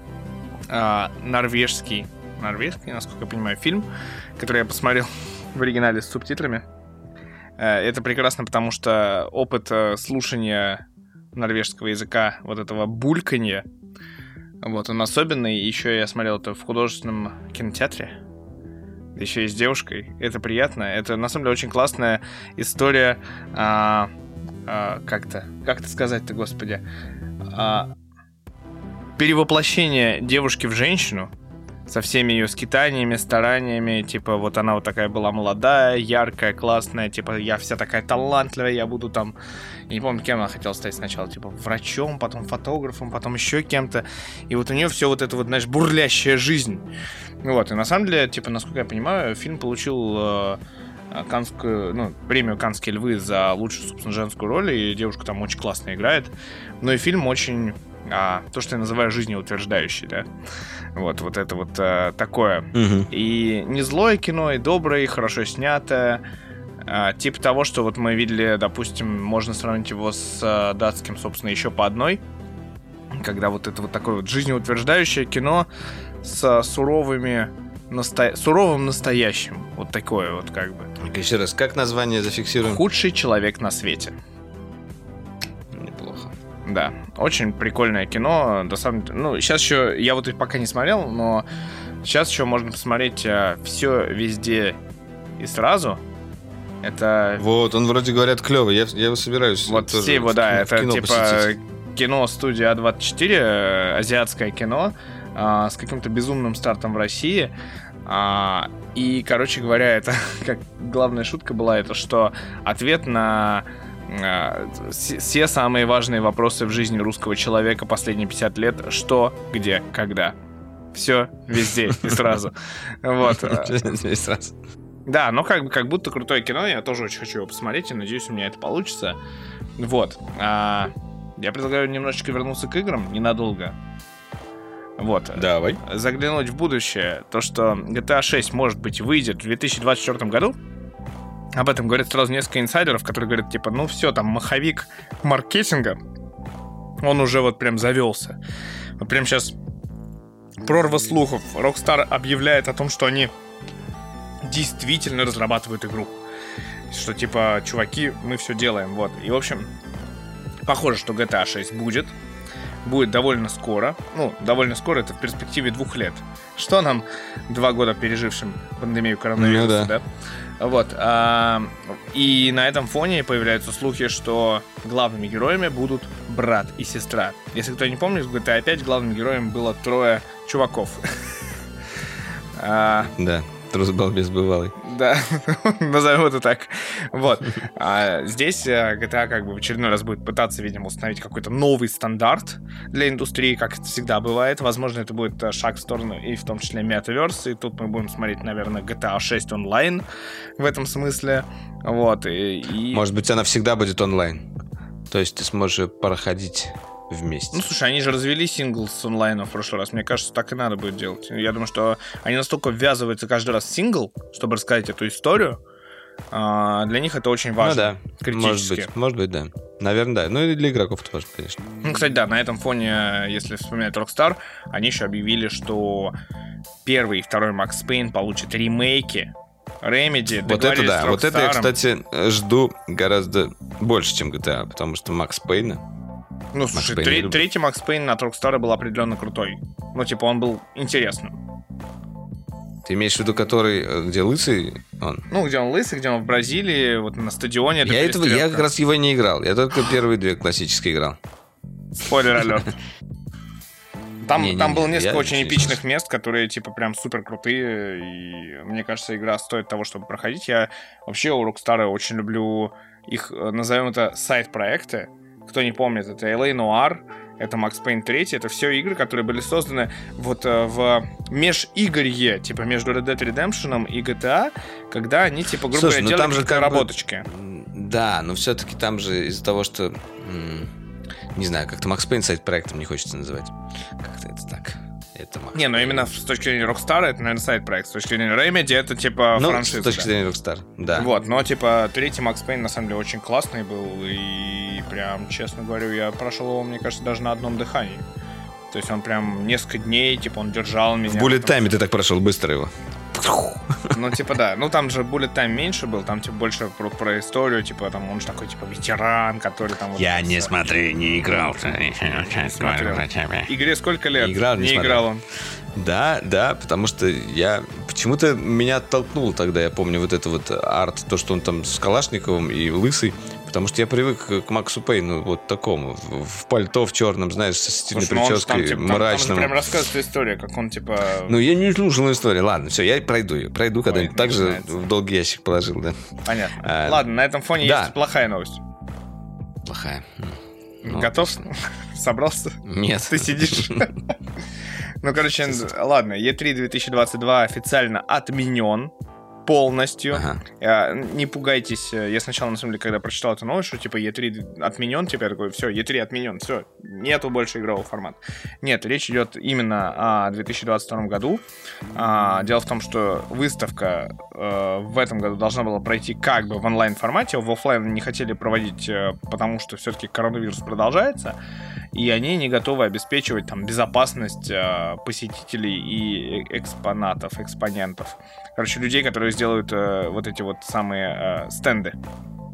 Э, норвежский, норвежский, насколько я понимаю, фильм, который я посмотрел в оригинале с субтитрами. Это прекрасно, потому что опыт слушания норвежского языка, вот этого бульканья, вот, он особенный. Еще я смотрел это в художественном кинотеатре, еще и с девушкой. Это приятно. Это, на самом деле, очень классная история. А, а, как-то, как-то сказать-то, господи. А, перевоплощение девушки в женщину, со всеми ее скитаниями, стараниями, типа, вот она вот такая была молодая, яркая, классная, типа, я вся такая талантливая, я буду там, я не помню, кем она хотела стать сначала, типа, врачом, потом фотографом, потом еще кем-то, и вот у нее все вот это вот, знаешь, бурлящая жизнь, вот, и на самом деле, типа, насколько я понимаю, фильм получил э, канскую, ну, премию «Канские львы» за лучшую, собственно, женскую роль, и девушка там очень классно играет, но и фильм очень... А, то, что я называю жизнеутверждающий, да. Вот, вот это вот а, такое. Угу. И не злое кино, и доброе, и хорошо снятое. А, типа того, что вот мы видели, допустим, можно сравнить его с а, датским, собственно, еще по одной. Когда вот это вот такое вот жизнеутверждающее кино с суровыми... Насто... суровым настоящим. Вот такое вот как бы. Еще раз, как название зафиксируем? «Худший человек на свете». Да, очень прикольное кино. На самом деле, ну, сейчас еще, я вот пока не смотрел, но Сейчас еще можно посмотреть а, все везде и сразу. Это... Вот, он вроде говорят клевый, я, я его собираюсь. Вот все его, да, это типа посетить. Кино студии А двадцать четыре, азиатское кино, а, с каким-то безумным стартом в России. А, и, короче говоря, это как главная шутка была, это что ответ на а, все самые важные вопросы в жизни русского человека последние пятьдесят лет: что, где, когда. Все, везде и сразу. Вот. сразу. Да, но как, как будто крутое кино, я тоже очень хочу его посмотреть, и надеюсь, у меня это получится. Вот. А, я предлагаю немножечко вернуться к играм, ненадолго. Вот. Давай. Заглянуть в будущее. То, что джи ти эй шесть, может быть, выйдет в две тысячи двадцать четвёртом году. Об этом говорят сразу несколько инсайдеров, которые говорят, типа, ну все, там, маховик маркетинга, он уже вот прям завелся. Вот прям сейчас прорва слухов. Rockstar объявляет о том, что они действительно разрабатывают игру. Что, типа, чуваки, мы все делаем, вот. И, в общем, похоже, что джи ти эй шесть будет. Будет довольно скоро. Ну, довольно скоро, это в перспективе двух лет. Что нам, два года пережившим пандемию коронавируса, ну, да. да? Вот. А, и на этом фоне появляются слухи, что главными героями будут брат и сестра. Если кто не помнит, в джи ти эй пять главными героями было трое чуваков. Да. Трус балбес бывалый. Да, назовем это так. Вот. А здесь джи ти эй как бы в очередной раз будет пытаться, видимо, установить какой-то новый стандарт для индустрии, как это всегда бывает. Возможно, это будет шаг в сторону и в том числе Metaverse. И тут мы будем смотреть, наверное, джи ти эй шесть онлайн в этом смысле. Вот. И, и... Может быть, она всегда будет онлайн. То есть ты сможешь проходить вместе. Ну, слушай, они же развели сингл с онлайном в прошлый раз. Мне кажется, так и надо будет делать. Я думаю, что они настолько ввязываются каждый раз в сингл, чтобы рассказать эту историю. А, для них это очень важно. Ну да, может быть, может быть, да. Наверное, да. Ну и для игроков тоже, конечно. Ну, кстати, да, на этом фоне, если вспоминать Rockstar, они еще объявили, что первый и второй Max Payne получат ремейки. Remedy, вот это да, вот это я, кстати, жду гораздо больше, чем джи ти эй, потому что Max Payne... Ну, слушай, тре- третий Max Payne от Rockstar был определенно крутой. Ну, типа, он был интересным. Ты имеешь в виду, который, где лысый он? Ну, где он лысый, где он в Бразилии, вот на стадионе. Я этого, я как раз его не играл. Я только первые две классические играл. Спойлер алерт. Там, не, не, там не, было несколько я, очень я, эпичных я... мест, которые, типа, прям супер крутые. И мне кажется, игра стоит того, чтобы проходить. Я вообще у Rockstar очень люблю их, назовем это, сайд-проекты. Кто не помнит, это эл эй Noire, это Max Payne три, это все игры, которые были созданы вот в межигорье, типа между Red Dead Redemption и джи ти эй, когда они, типа, грубо говоря, делали какие-то работочки. Бы... Да, но все-таки там же из-за того, что... Не знаю, как-то Max Payne сайд-проектом не хочется называть. Как-то это так. Это Max не, но именно с точки зрения Rockstar это, наверное, сайд-проект. С точки зрения Remedy это, типа, ну, франшиза. с точки зрения Rockstar, да. Вот, но, типа, третий Max Payne, на самом деле, очень классный был. И прям, честно говорю, я прошел его, мне кажется, даже на одном дыхании. То есть он прям несколько дней, типа, он держал меня. В Bullet Time ты так прошел быстро его. Ну, типа, да. Ну, там же Bullet Time меньше был, там, типа, больше про, про историю, типа, там, он же такой, типа, ветеран, который там... Вот, я не смотрю, не играл. Игре сколько лет? Не играл, не, не играл он. Да, да, потому что я... Почему-то меня оттолкнул тогда, я помню, вот это вот арт, то, что он там с Калашниковым и лысый, потому что я привык к Максу Пейну вот такому, в, в пальто в черном, знаешь, со стильной прической, там, типа, мрачным. Там, там прям рассказывает история, как он, типа... Ну, я не слушал историю. Ладно, все, я пройду ее. Пройду когда-нибудь. Так же в долгий ящик положил, да. Понятно. А, Ладно, на этом фоне да. есть плохая новость. Плохая. Ну, готов? Собрался? Нет. Ты сидишь? Ну, короче, ладно, и три две тысячи двадцать два официально отменен полностью. Ага. Не пугайтесь. Я сначала, на самом деле, когда прочитал эту новость, что, типа, и три отменен, типа, я такой, все, и три отменен, все, нету больше игрового формата. Нет, речь идет именно о две тысячи двадцать втором году. Дело в том, что выставка в этом году должна была пройти как бы в онлайн-формате, в офлайн не хотели проводить, потому что все-таки коронавирус продолжается, и они не готовы обеспечивать там безопасность посетителей и экспонатов, экспонентов. Короче, людей, которые сделают э, вот эти вот самые э, стенды.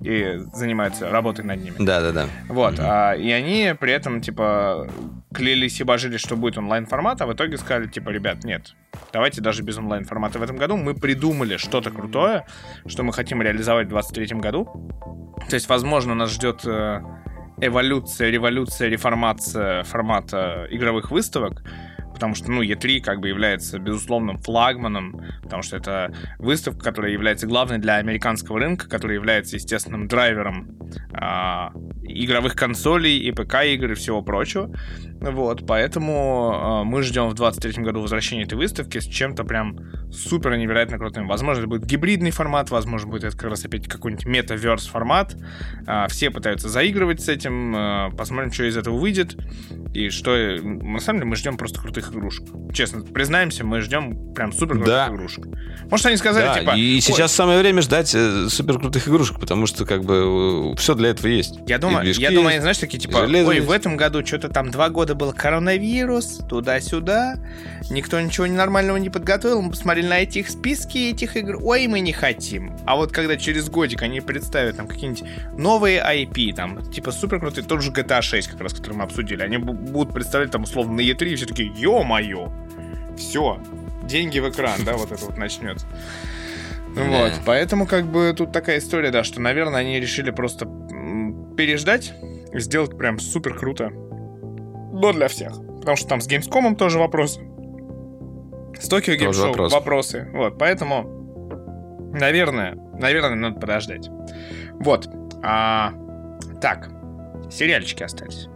и занимаются работой над ними. Да-да-да. Вот, mm-hmm. а, и они при этом, типа, клялись и божились, что будет онлайн-формат, а в итоге сказали, типа, ребят, нет, давайте даже без онлайн-формата в этом году. Мы придумали что-то крутое, что мы хотим реализовать в двадцать третьем году. То есть, возможно, нас ждет э, эволюция, революция, реформация формата игровых выставок, потому что, ну, и три как бы является безусловным флагманом, потому что это выставка, которая является главной для американского рынка, которая является естественным драйвером а, игровых консолей и ПК-игр и всего прочего. Вот, поэтому а, мы ждем в двадцать третьем году возвращения этой выставки с чем-то прям супер невероятно крутым. Возможно, это будет гибридный формат, возможно, будет это как раз опять какой-нибудь метаверс формат. А, все пытаются заигрывать с этим, а, посмотрим, что из этого выйдет. И что, на самом деле, мы ждем просто крутых игрушек. Честно, признаемся, мы ждем прям супер крутых да. игрушек. Может, они сказали, да, типа... и сейчас самое время ждать э, супер крутых игрушек, потому что, как бы, э, все для этого есть. Я думаю, я думаю, они, знаешь, такие, типа, ой, в этом году что-то там два года был коронавирус, туда-сюда, никто ничего нормального не подготовил, мы посмотрели на эти их списки этих игр, ой, мы не хотим. А вот когда через годик они представят там какие-нибудь новые ай пи, там, типа, супер крутые, тот же джи ти эй шесть, как раз, который мы обсудили, они будут представлять там условно на и три, и все такие, ё-моё, все, деньги в экран, да, вот это вот начнется. Вот, поэтому как бы тут такая история, да, что, наверное, они решили просто переждать, сделать прям супер круто, но для всех, потому что там с Gamescom тоже вопросы, с Tokyo Game Show вопрос. вопросы, вот, поэтому, наверное, наверное, надо подождать. Вот, а, так, сериальчики остались.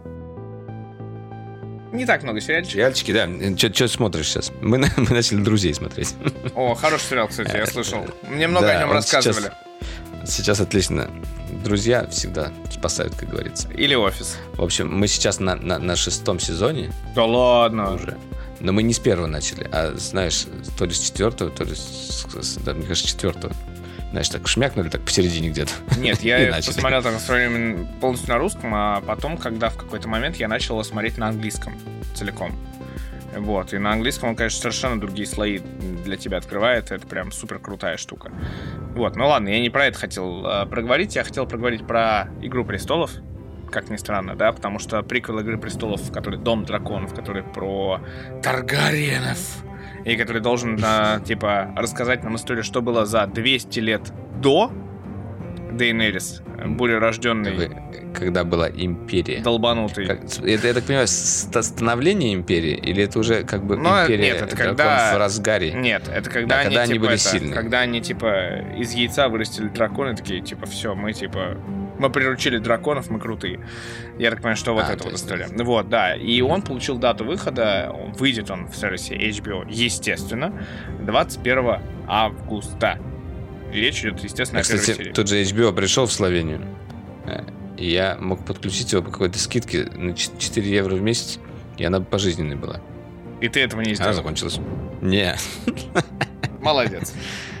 Не так много сериальчиков. Сериальчики, да. Что смотришь сейчас? Мы, мы начали «Друзей» смотреть. О, хороший сериал, кстати, я слышал. Мне много да, о нем рассказывали. Сейчас, сейчас отлично. «Друзья» всегда спасают, как говорится. Или «Офис». В общем, мы сейчас на, на, на шестом сезоне. Да ладно. Уже. Но мы не с первого начали, а, знаешь, то ли с четвертого, то ли с, да, мне кажется, с четвертого. Знаешь, так шмякнули так посередине где-то. Нет, я посмотрел так в свое время полностью на русском, а потом, когда в какой-то момент я начал его смотреть на английском целиком. Вот, и на английском он, конечно, совершенно другие слои для тебя открывает, это прям супер крутая штука. Вот, ну ладно, я не про это хотел а, проговорить, я хотел проговорить про «Игру престолов», как ни странно, да, потому что приквел «Игры престолов», который «Дом драконов», который про Таргариенов, и который должен, а, типа, рассказать нам историю, что было за двести лет до Дейенерис, бурерожденной. Когда была империя. Долбанутый. Как, это, я так понимаю, становление империи? Или это уже как бы Но империя нет, это когда... в разгаре? Нет, это когда, да, они, когда типа, они были это, сильны. Когда они, типа, из яйца вырастили драконы, такие, типа, все, мы, типа... Мы приручили драконов, мы крутые. Я так понимаю, что вот а, эта вот история. Да. Вот, да. И он получил дату выхода. Выйдет он в сервисе эйч би о, естественно, двадцать первого августа. Речь идет, естественно, а, о первой кстати, серии. Тут же эйч би о пришел в Словению. И я мог подключить его по какой-то скидке на четыре евро в месяц. И она пожизненной была. И ты этого не сделал? А закончилась. Не. Молодец.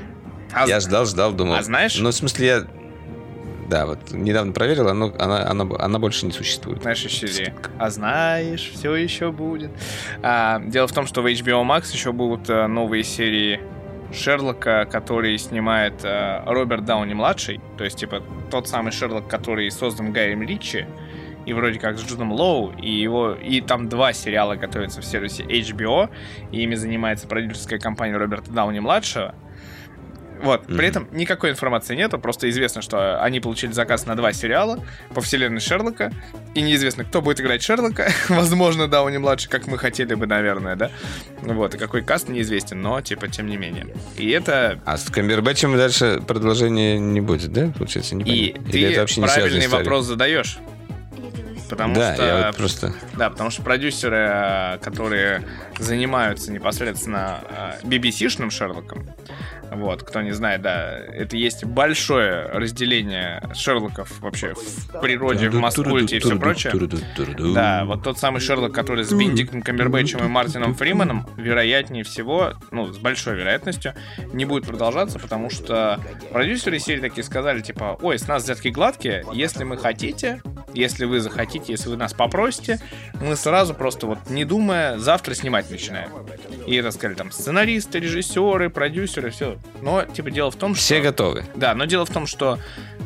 А я ждал, ждал, думал. А знаешь? Ну, в смысле, я... Да, вот недавно проверил, но она, она, она больше не существует. Знаешь, еще а знаешь, все еще будет. А, дело в том, что в эйч би о Max еще будут а, новые серии Шерлока, который снимает а, Роберт Дауни-младший. То есть, типа, тот самый Шерлок, который создан Гаем Ричи. И вроде как с Джудом Лоу. И, его, и там два сериала готовятся в сервисе эйч би о. И ими занимается продюсерская компания Роберта Дауни-младшего. Вот, mm-hmm. При этом никакой информации нету, просто известно, что они получили заказ на два сериала по вселенной Шерлока, и неизвестно, кто будет играть Шерлока, возможно, Дауни-младший, как мы хотели бы, наверное, да, вот, и какой каст неизвестен, но, типа, тем не менее. И это... А с Камбербэтчем дальше продолжения не будет, да, получается? Не и понятно. ты это вообще правильный вопрос задаешь. Потому да, что, я вот просто... Да, потому что продюсеры, которые занимаются непосредственно би би си-шным Шерлоком, вот, кто не знает, да, это есть большое разделение Шерлоков вообще в природе, в маскульте и все прочее. Да, вот тот самый Шерлок, который с Бенедиктом Камбербэтчем и Мартином Фриманом, вероятнее всего, ну, с большой вероятностью, не будет продолжаться, потому что продюсеры серии такие сказали, типа, ой, с нас взятки гладкие, если мы хотите, если вы захотите, если вы нас попросите, мы сразу просто вот не думая, завтра снимать начинаем. И это сказали там сценаристы, режиссеры, продюсеры, все. Но, типа, дело в том, что... Все готовы. Да, но дело в том, что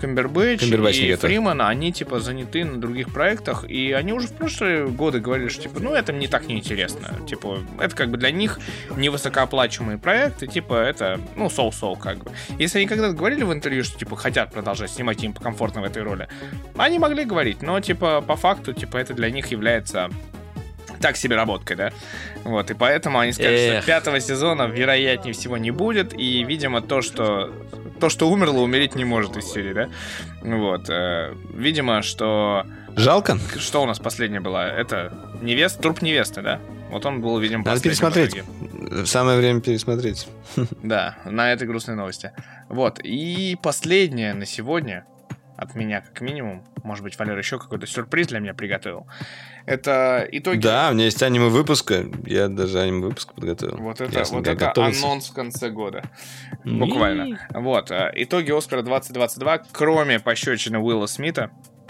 Камбербэтч Камбербэтч и не готов. Фриман, они, типа, заняты на других проектах, и они уже в прошлые годы говорили, что, типа, ну, это не так неинтересно. Типа, это, как бы, для них невысокооплачиваемые проекты, типа, это, ну, соу-соу, как бы. Если они когда-то говорили в интервью, что, типа, хотят продолжать снимать, им комфортно в этой роли, они могли говорить, но, типа, по факту, типа, это для них является... так себе работкой, да? Вот, и поэтому они скажут, Эх. что пятого сезона, вероятнее всего, не будет, и, видимо, то, что то, что умерло, умереть не может из серии, да? Вот, э, видимо, что... Жалко? Что у нас последнее было? Это невеста, труп невесты, да? Вот он был, видимо, Надо пересмотреть. Самое время пересмотреть. Да, на этой грустной новости. Вот, и последнее на сегодня... от меня, как минимум. Может быть, Валера еще какой-то сюрприз для меня приготовил. Это итоги... Да, у меня есть аниме-выпуска. Я даже аниме-выпуск подготовил. Вот это, Ясно, вот это анонс в конце года. Буквально. Вот. Итоги Оскара двадцать двадцать два, кроме пощечины Уилла Смита,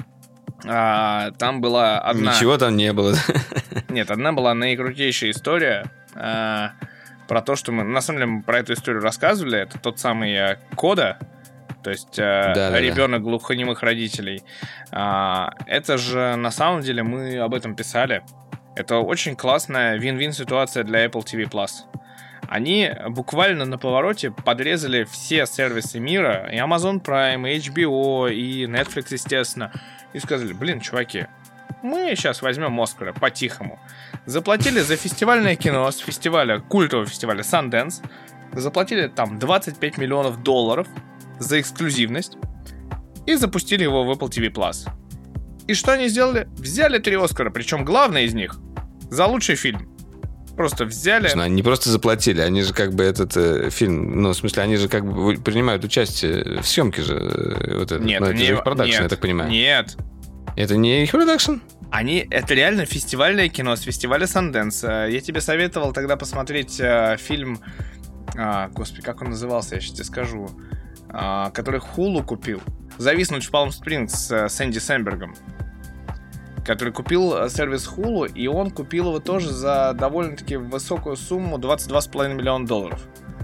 там была одна... Ничего там не было. Нет, одна была наикрутейшая история про то, что мы... На самом деле, мы про эту историю рассказывали. Это тот самый Кода, то есть э, да, ребенок да. глухонемых родителей. А, это же на самом деле мы об этом писали. Это очень классная вин-вин ситуация для Apple ти ви Plus. Они буквально на повороте подрезали все сервисы мира, и Amazon Prime, и эйч би о, и Netflix, естественно, и сказали, блин, чуваки, мы сейчас возьмем Оскара по-тихому. Заплатили за фестивальное кино с фестиваля, культового фестиваля Sundance, заплатили там двадцать пять миллионов долларов за эксклюзивность и запустили его в Apple ти ви Plus. И что они сделали? Взяли три Оскара, причем главный из них за лучший фильм. Просто взяли... Слушай, они не просто заплатили, они же как бы этот э, фильм, ну, в смысле, они же как бы принимают участие в съемке же. Э, вот это, нет, ну, это не, же их продакшн, нет, я так понимаю. Нет. Это не их продакшн? Они, это реально фестивальное кино с фестиваля Sundance. Я тебе советовал тогда посмотреть э, фильм... А, господи, как он назывался, я сейчас тебе скажу. А, который Hulu купил. «Зависнуть в Палм-Спрингс» с, с Энди Сэмбергом. Который купил сервис Hulu, и он купил его тоже за довольно-таки высокую сумму двадцать два с половиной миллиона долларов.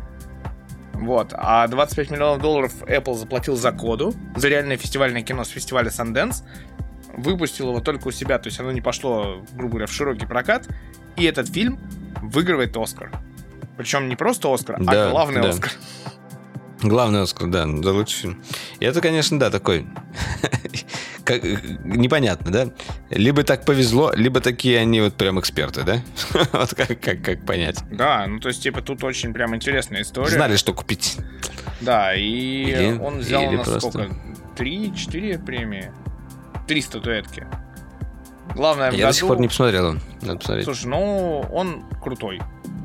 Вот. А двадцать пять миллионов долларов Apple заплатил за Коду, за реальное фестивальное кино с фестиваля Sundance, выпустил его только у себя, то есть оно не пошло, грубо говоря, в широкий прокат, и этот фильм выигрывает Оскар. Причем не просто Оскар, да, а главный да. Оскар. Главный Оскар, да, за лучший фильм. И это, конечно, да, такой... Как, непонятно, да? Либо так повезло, либо такие они вот прям эксперты, да? Вот как, как, как понять? Да, ну то есть, типа, тут очень прям интересная история. Знали, что купить. Да, и или, он взял у нас просто... сколько? Три-четыре премии? Три статуэтки. Главное в Я году... до сих пор не посмотрел он. Надо посмотреть. Слушай, ну, он крутой.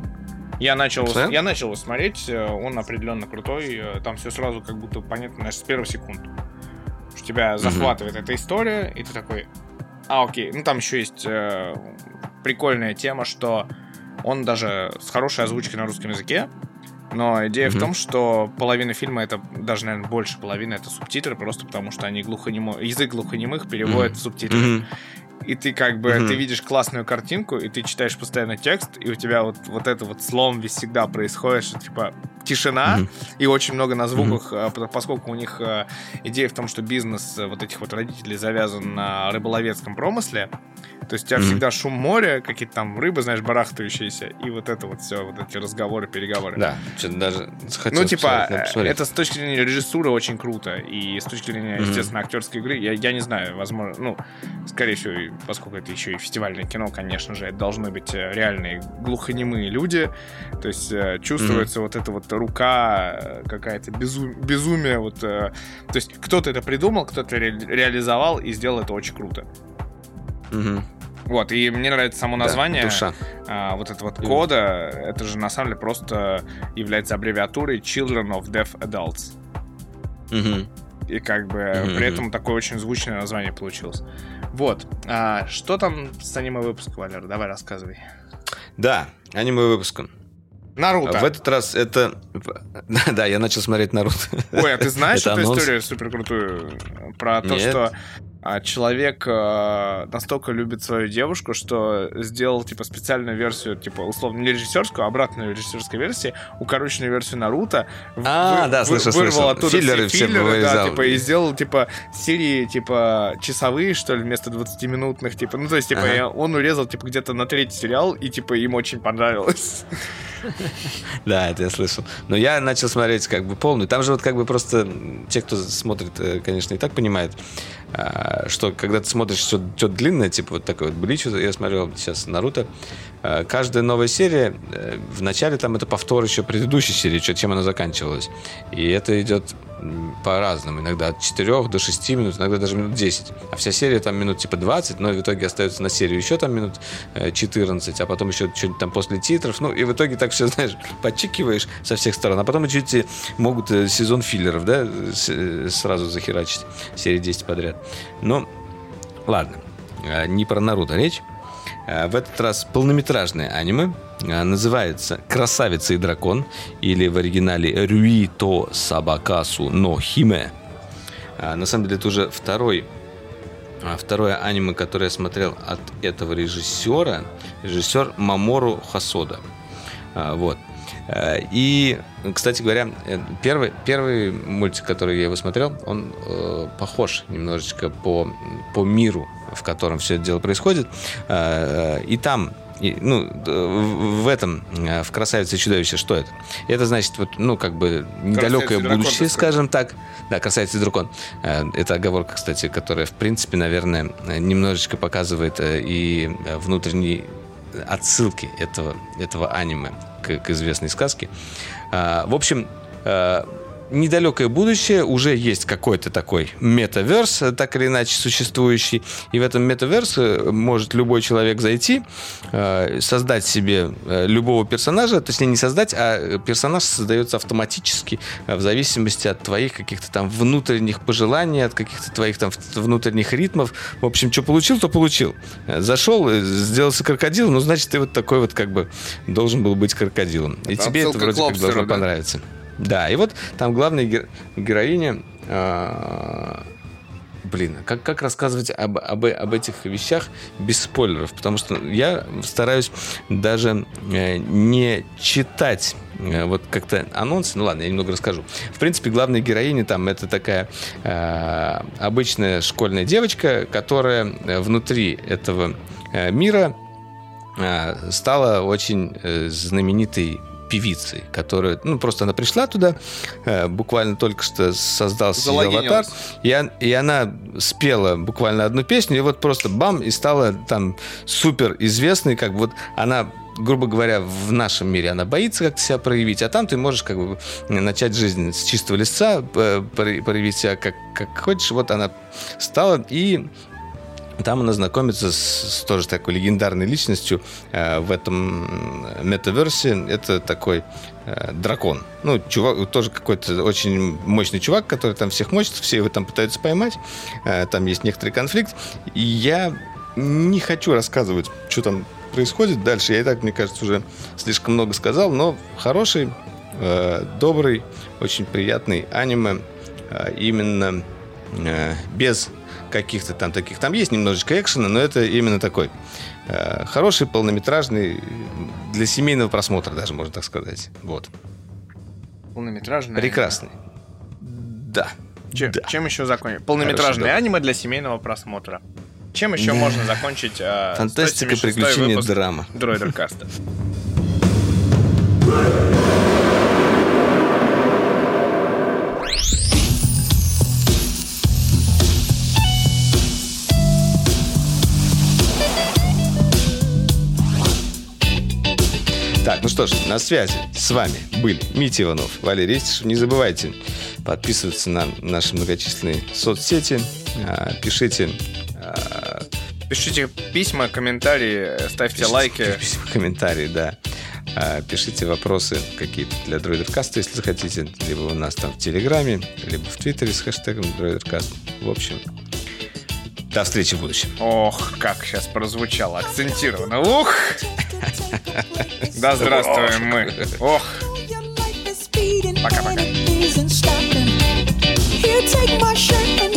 Я начал, я начал его смотреть, он определенно крутой. Там все сразу как будто понятно, знаешь, с первой секунды. Что тебя захватывает mm-hmm. эта история, и ты такой, а, окей. Ну, там еще есть э, прикольная тема, что он даже с хорошей озвучкой на русском языке, но идея mm-hmm. в том, что половина фильма, это даже, наверное, больше половины, это субтитры, просто потому что они глухонемо... язык глухонемых переводят mm-hmm. в субтитры. Mm-hmm. И ты как бы, mm-hmm. ты видишь классную картинку, и ты читаешь постоянно текст, и у тебя вот, вот это вот слом весь всегда происходит, что типа тишина, mm-hmm. и очень много на звуках, mm-hmm. поскольку у них идея в том, что бизнес вот этих вот родителей завязан на рыболовецком промысле, то есть у тебя mm-hmm. всегда шум моря, какие-то там рыбы, знаешь, барахтающиеся, и вот это вот все, вот эти разговоры, переговоры. Да, что-то даже захотелось. Ну, типа, это с точки зрения режиссуры очень круто, и с точки зрения, mm-hmm. естественно, актерской игры, я, я не знаю, возможно, ну, скорее всего, поскольку это еще и фестивальное кино, конечно же, это должны быть реальные глухонемые люди, то есть чувствуется mm-hmm. вот эта вот рука, какая-то безу... безумие, вот, то есть кто-то это придумал, кто-то ре... реализовал и сделал это очень круто. Mm-hmm. Вот, и мне нравится само название, да, душа. А, вот это вот кода, это же на самом деле просто является аббревиатурой Children of Deaf Adults. Mm-hmm. И как бы mm-hmm. при этом такое очень звучное название получилось. Вот. А что там с аниме-выпуском, Валер? Давай рассказывай. Да, аниме-выпуском. Наруто. В этот раз это... Да, я начал смотреть Наруто. Ой, а ты знаешь эту историю супер крутую? Про то, что человек настолько любит свою девушку, что сделал, типа, специальную версию, типа, условно, не режиссерскую, а обратную режиссерской версии, укороченную версию Наруто. А, вы, да, вы, слышал, вырвал слышал. оттуда Филлеры все филлеры, все да, типа, и сделал, типа, серии, типа, часовые, что ли, вместо двадцатиминутных, типа, ну, то есть, типа, ага. он урезал, типа, где-то на третий сериал, и, типа, им очень понравилось. Да, это я слышал. Но я начал смотреть как бы полную. Там же вот как бы просто те, кто смотрит, конечно, и так понимают, что когда ты смотришь что-то длинное, типа вот такой вот Блич, я смотрел сейчас Наруто, каждая новая серия, в начале там это повтор еще предыдущей серии, чем она заканчивалась. И это идет по-разному. Иногда от четырёх до шести минут, иногда даже минут десять. А вся серия там минут типа двадцать, но в итоге остается на серию еще там минут четырнадцать, а потом еще что-нибудь там после титров. Ну, и в итоге так все, знаешь, подчикиваешь со всех сторон. А потом чуть могут сезон филлеров, да, сразу захерачить. Серии десять подряд. Ну, ладно. Не про Наруто речь. В этот раз полнометражное аниме. Называется «Красавица и дракон», или в оригинале «Рюито Сабакасу но Химе». На самом деле это уже второй, второе аниме, которое я смотрел от этого режиссера. Режиссер Мамору Хосода. Вот. И, кстати говоря, первый, первый мультик, который я его смотрел, он э, похож немножечко по, по миру, в котором все это дело происходит. Э, и там, и, ну, в этом, в «Красавице и чудовище», что это? Это значит, вот, ну, как бы недалекое будущее, скажем так. Да, «Красавица и дракон». Это оговорка, кстати, которая, в принципе, наверное, немножечко показывает и внутренний отсылки этого, этого аниме к, к известной сказке. А, в общем, а, недалекое будущее, уже есть какой-то такой метаверс, так или иначе существующий, и в этом метаверс может любой человек зайти, а, создать себе любого персонажа, точнее не создать, а персонаж создается автоматически в зависимости от твоих каких-то там внутренних пожеланий, от каких-то твоих там внутренних ритмов. В общем, что получил, то получил. Зашел, сделался крокодилом, ну, значит, ты вот такой вот как бы должен был быть крокодилом. И это тебе это вроде как должно да? понравиться. Да, и вот там главная геро- героиня... А- Блин, как, как рассказывать об, об, об этих вещах без спойлеров? Потому что я стараюсь даже э, не читать э, вот как-то анонсы. Ну ладно, я немного расскажу. В принципе, главная героиня там это такая э, обычная школьная девочка, которая внутри этого э, мира э, стала очень э, знаменитой певицей, которая, ну, просто она пришла туда, э, буквально только что создался ее аватар, и, и она спела буквально одну песню, и вот просто бам, и стала там супер известной, как бы вот она, грубо говоря, в нашем мире она боится как-то себя проявить, а там ты можешь как бы начать жизнь с чистого листа, проявить себя как, как хочешь, вот она стала, и там она знакомится с, с тоже такой легендарной личностью э, в этом метаверсе. Это такой э, дракон. Ну, чувак, тоже какой-то очень мощный чувак, который там всех мочит, все его там пытаются поймать. Э, там есть некоторый конфликт. И я не хочу рассказывать, что там происходит дальше. Я и так, мне кажется, уже слишком много сказал, но хороший, э, добрый, очень приятный аниме. Э, именно э, без каких-то там таких. Там есть немножечко экшена, но это именно такой э, хороший, полнометражный, для семейного просмотра даже, можно так сказать. Вот. Полнометражный прекрасный. Аниме. Да. Чем, да. чем еще закончить? Полнометражное Хорошо, аниме для семейного просмотра. Чем еще да. можно закончить э, фантастика, приключения, драма. Дроидеркаста. Так, ну что ж, на связи с вами были Митя Иванов, Валерий Истишев. Не забывайте подписываться на наши многочисленные соцсети. Пишите... Пишите письма, комментарии, ставьте пишите лайки. Письма, комментарии, да. Пишите вопросы какие-то для Дроидеркаста, если захотите. Либо у нас там в Телеграме, либо в Твиттере с хэштегом Дроидеркаст. В общем... До встречи в будущем. Ох, как сейчас прозвучало, акцентированно. Ух! Да здравствуем мы. Ох! Пока-пока.